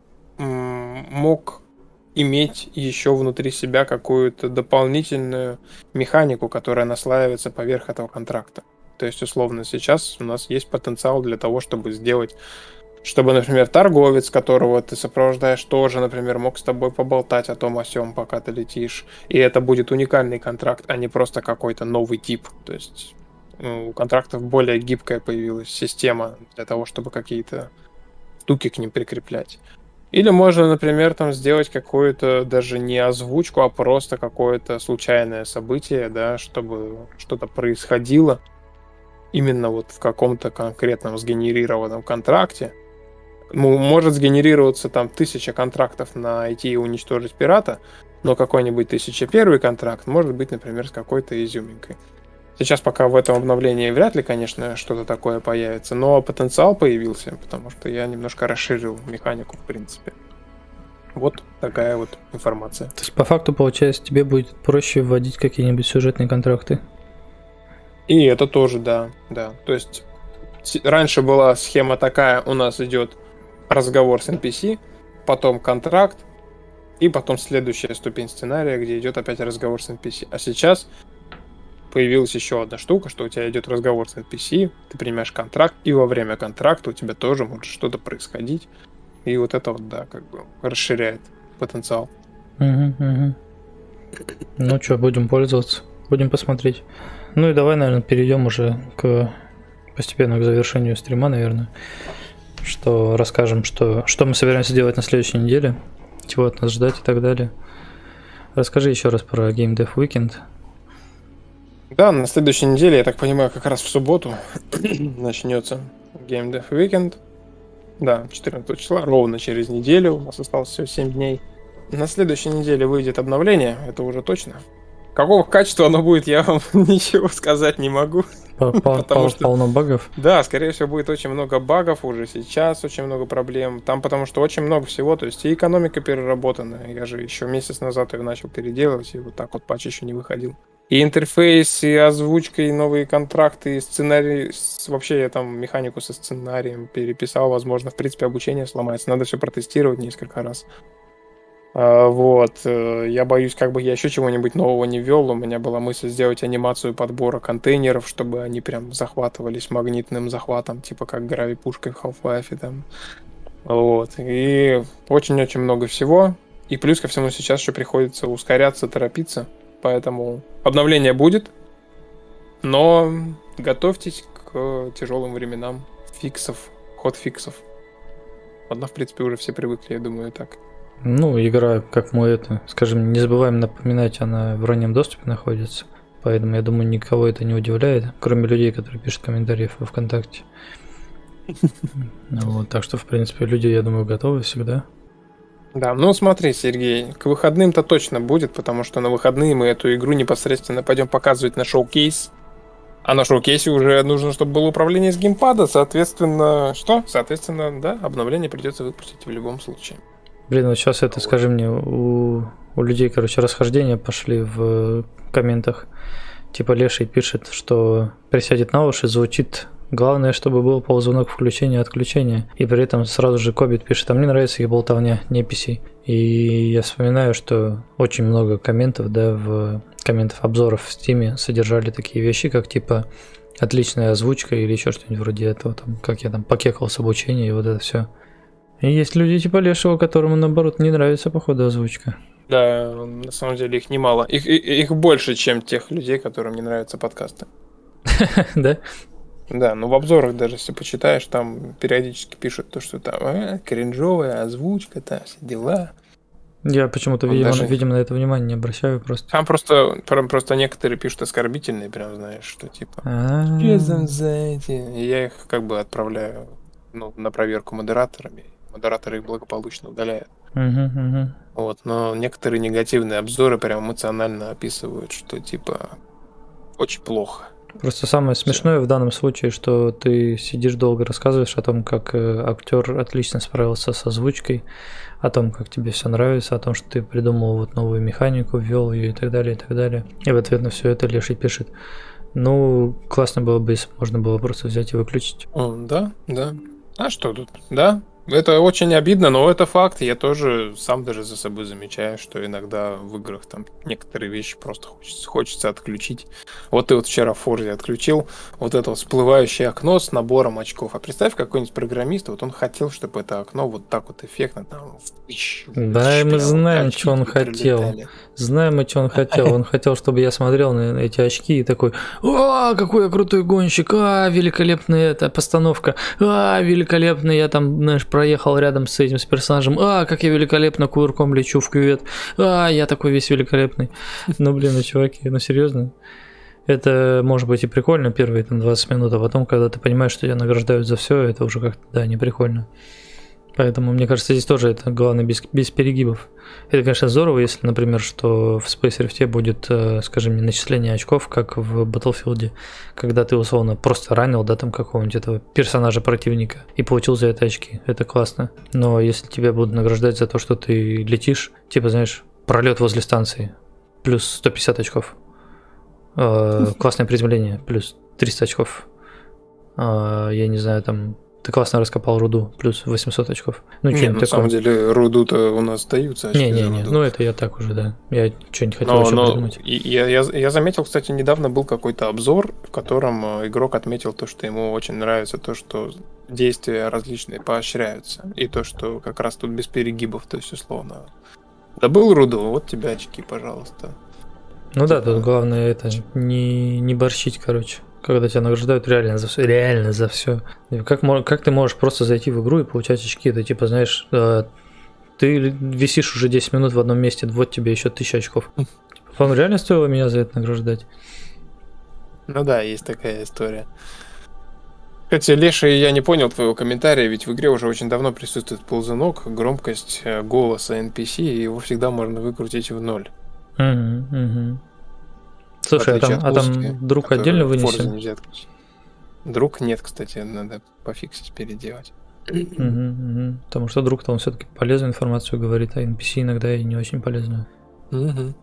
мог иметь еще внутри себя какую-то дополнительную механику, которая наслаивается поверх этого контракта. То есть, условно, сейчас у нас есть потенциал для того, чтобы сделать, чтобы, например, торговец, которого ты сопровождаешь, тоже, например, мог с тобой поболтать о том о сём, пока ты летишь. И это будет уникальный контракт, а не просто какой-то новый тип. То есть у контрактов более гибкая появилась система для того, чтобы какие-то штуки к ним прикреплять. Или можно, например, там сделать какую-то даже не озвучку, а просто какое-то случайное событие, да, чтобы что-то происходило именно вот в каком-то конкретном сгенерированном контракте. может сгенерироваться там тысяча контрактов на идти и уничтожить пирата, но какой-нибудь тысяча первый контракт может быть, например, с какой-то изюминкой. Сейчас пока в этом обновлении вряд ли, конечно, что-то такое появится, но потенциал появился, потому что я немножко расширил механику, в принципе. Вот такая вот информация. То есть, по факту, получается, тебе будет проще вводить какие-нибудь сюжетные контракты? И это тоже, да, да. То есть, раньше была схема такая, у нас идет разговор с эн пи си, потом контракт, и потом следующая ступень сценария, где идет опять разговор с эн пи си. А сейчас появилась еще одна штука, что у тебя идет разговор с эн пи си, ты принимаешь контракт, и во время контракта у тебя тоже может что-то происходить. И вот это вот, да, как бы расширяет потенциал. Угу, угу. Ну что, будем пользоваться, будем посмотреть. Ну и давай, наверное, перейдем уже к постепенно к завершению стрима, наверное. Что расскажем, что, что мы собираемся делать на следующей неделе, чего от нас ждать и так далее. Расскажи еще раз про Game Dev Weekend. Да, на следующей неделе, я так понимаю, как раз в субботу начнется Game Dev Weekend. Да, четырнадцатого числа, ровно через неделю, у нас осталось всего семь дней. На следующей неделе выйдет обновление, это уже точно. Какого качества оно будет, я вам ничего сказать не могу. Потому что полно багов? Да, скорее всего, будет очень много багов уже сейчас, очень много проблем. Там потому что очень много всего, то есть и экономика переработана. Я же еще месяц назад ее начал переделывать, и вот так вот патч еще не выходил. И интерфейс, и озвучка, и новые контракты, и сценарий. Вообще я там механику со сценарием переписал, возможно, в принципе, обучение сломается. Надо все протестировать несколько раз. А, вот. Я боюсь, как бы я еще чего-нибудь нового не ввел. У меня была мысль сделать анимацию подбора контейнеров, чтобы они прям захватывались магнитным захватом, типа как гравипушкой в Half-Life там. Вот. И очень-очень много всего. И плюс ко всему сейчас еще приходится ускоряться, торопиться. Поэтому обновление будет, но готовьтесь к тяжелым временам фиксов, ход-фиксов. Одна, в принципе, уже все привыкли, я думаю, так. Ну, игра, как мы это, скажем, не забываем напоминать, она в раннем доступе находится. Поэтому, я думаю, никого это не удивляет, кроме людей, которые пишут комментарии во ВКонтакте. Вот, так что, в принципе, люди, я думаю, готовы всегда. Да, ну смотри, Сергей, к выходным-то точно будет, потому что на выходные мы эту игру непосредственно пойдем показывать на шоу-кейс. А на шоу-кейсе уже нужно, чтобы было управление с геймпада, соответственно, что? Соответственно, да, обновление придется выпустить в любом случае. Блин, вот сейчас это, скажи мне, у, у людей, короче, расхождения пошли в комментах. Типа Леший пишет, что присядет на уши, звучит... Главное, чтобы был ползвонок включения и отключения. И при этом сразу же Кобит пишет, а мне нравится их болтовня, не пи си. И я вспоминаю, что очень много комментов, да, в комментов обзоров в Steam содержали такие вещи, как типа отличная озвучка или еще что-нибудь вроде этого, там, как я там покекал с обучения и вот это все. И есть люди типа Лешего, которому наоборот не нравится, походу, озвучка. Да, на самом деле их немало. Их, их больше, чем тех людей, которым не нравятся подкасты. Да? Да, но в обзорах даже, если почитаешь, там периодически пишут то, что там э, кринжовая озвучка, там все дела. Я почему-то, видимо, даже... видимо, на это внимание не обращаю просто. Там просто, просто некоторые пишут оскорбительные, прям, знаешь, что типа что там за эти... И я их как бы отправляю ну, на проверку модераторами. Модераторы их благополучно удаляют. Угу, угу. Вот, но некоторые негативные обзоры прям эмоционально описывают, что типа очень плохо. Просто самое смешное в данном случае, что ты сидишь долго рассказываешь о том, как актер отлично справился с озвучкой, о том, как тебе все нравится, о том, что ты придумал вот новую механику, ввел ее и так далее, и так далее. И в ответ на все это Леший пишет, ну, классно было бы, если можно было просто взять и выключить. О, да, да. А что тут? Да. Это очень обидно, но это факт. Я тоже сам даже за собой замечаю, что иногда в играх там некоторые вещи просто хочется, хочется отключить. Вот ты вот вчера в Форзе отключил вот это всплывающее окно с набором очков. А представь, какой-нибудь программист, вот он хотел, чтобы это окно вот так вот эффектно там в тысячу. Да, и мы знаем, что он хотел. Прилетали. Знаем мы, что он хотел. Он хотел, чтобы я смотрел на эти очки и такой: «А, какой я крутой гонщик! А, великолепная эта постановка! А, великолепный я там, знаешь, проехал рядом с этим с персонажем. А, как я великолепно кувырком лечу в кювет. А, я такой весь великолепный». Ну, блин, ну, чуваки, ну, серьезно. Это может быть и прикольно первые там двадцать минут, а потом, когда ты понимаешь, что тебя награждают за все, это уже как-то, да, не прикольно. Поэтому, мне кажется, здесь тоже это главное без, без перегибов. Это, конечно, здорово, если, например, что в Space Rift будет, скажем, начисление очков, как в Battlefield, когда ты, условно, просто ранил, да, там какого-нибудь этого персонажа противника и получил за это очки. Это классно. Но если тебя будут награждать за то, что ты летишь, типа, знаешь, пролет возле станции, плюс сто пятьдесят очков. Э, классное приземление, плюс триста очков. Э, я не знаю, там... Ты классно раскопал руду, плюс восемьсот очков. Ну, не, на такое. Самом деле, руду-то у нас даются очки. Не-не-не, ну это я так уже, да. Я что-нибудь хотел но, еще но придумать. Я, я, я заметил, кстати, недавно был какой-то обзор, в котором игрок отметил то, что ему очень нравится то, что действия различные поощряются. И то, что как раз тут без перегибов, то есть, условно, добыл руду, вот тебе очки, пожалуйста. Ну типа... да, тут главное это, не, не борщить, короче. Когда тебя награждают реально за все, реально за все. Как, как ты можешь просто зайти в игру и получать очки? Ты типа, знаешь, ты висишь уже десять минут в одном месте, вот тебе еще тысяча очков. Вам реально стоило меня за это награждать? Ну да, есть такая история. Кстати, Леша, я не понял твоего комментария, ведь в игре уже очень давно присутствует ползунок, громкость голоса эн пи си, и его всегда можно выкрутить в ноль. Угу, угу. Слушай, а там, а там друг отдельно вынесен? Друг нет, кстати, надо пофиксить, переделать. Угу, угу. Потому что друг-то он все-таки полезную информацию говорит, а эн пи си иногда и не очень полезную. Угу.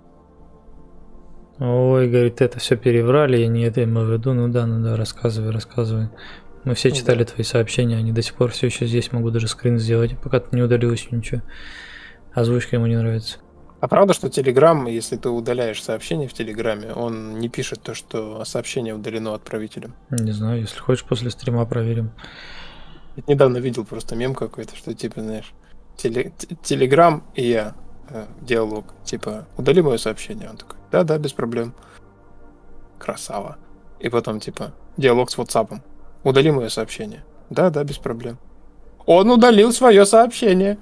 Ой, говорит, это все переврали, я не это имел в виду. Ну да, ну да, рассказывай, рассказывай. Мы все читали да. твои сообщения, они до сих пор все еще здесь, могу даже скрин сделать, пока ты не удалил еще ничего. Озвучка ему не нравится. А правда, что Telegram, если ты удаляешь сообщение в Телеграме, он не пишет то, что сообщение удалено отправителем? Не знаю, если хочешь, после стрима проверим. Я недавно видел просто мем какой-то, что типа, знаешь, Telegram и я, э, диалог, типа, удали мое сообщение. Он такой, да-да, без проблем. Красава. И потом, типа, диалог с WhatsApp. Удали мое сообщение. Да-да, без проблем. Он удалил свое сообщение.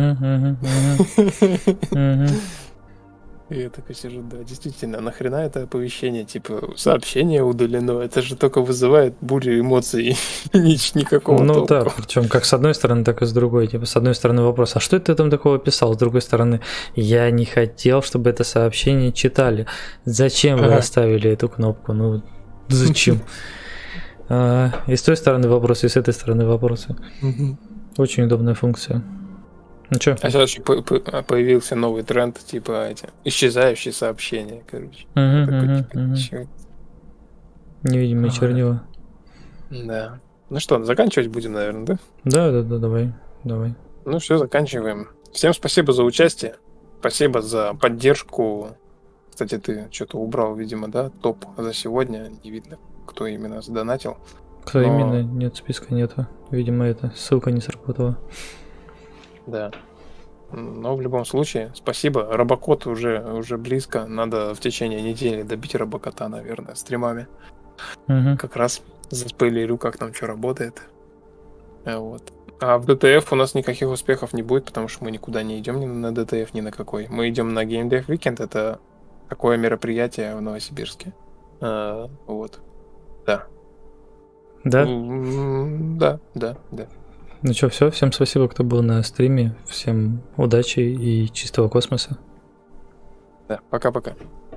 И я такой сижу, да, действительно, нахрена это оповещение, типа, сообщение удалено, это же только вызывает бурю эмоций, никакого Ну толку. да, причем как с одной стороны, так и с другой. Типа, с одной стороны вопрос, а что ты там такого писал? С другой стороны, я не хотел, чтобы это сообщение читали. Зачем вы оставили эту кнопку? Ну, зачем? И с той стороны вопросы, и с этой стороны вопросы. Очень удобная функция. Ну чё? А сейчас еще появился новый тренд, типа эти исчезающие сообщения, короче. Угу, такой, угу, типа, угу. Невидимые а, чернила. Да. Ну что, заканчивать будем, наверное, да? Да, да, да, давай, давай. Ну все, заканчиваем. Всем спасибо за участие. Спасибо за поддержку. Кстати, ты что-то убрал, видимо, да, топ за сегодня. Не видно, кто именно задонатил. Кто Но... именно? Нет, списка нету. Видимо, это ссылка не сработала. Да. Но в любом случае, спасибо. Робокот уже, уже близко. Надо в течение недели добить Робокота, наверное, стримами. Угу. Как раз заспойлерю, как там что работает. Вот. А в ди ти эф у нас никаких успехов не будет, потому что мы никуда не идем ни на ди ти эф, ни на какой. Мы идем на Game Dev Weekend. Это такое мероприятие в Новосибирске. А, вот. Да. Да? Да, да, да. Ну что, все, всем спасибо, кто был на стриме, всем удачи и чистого космоса. Да, пока-пока.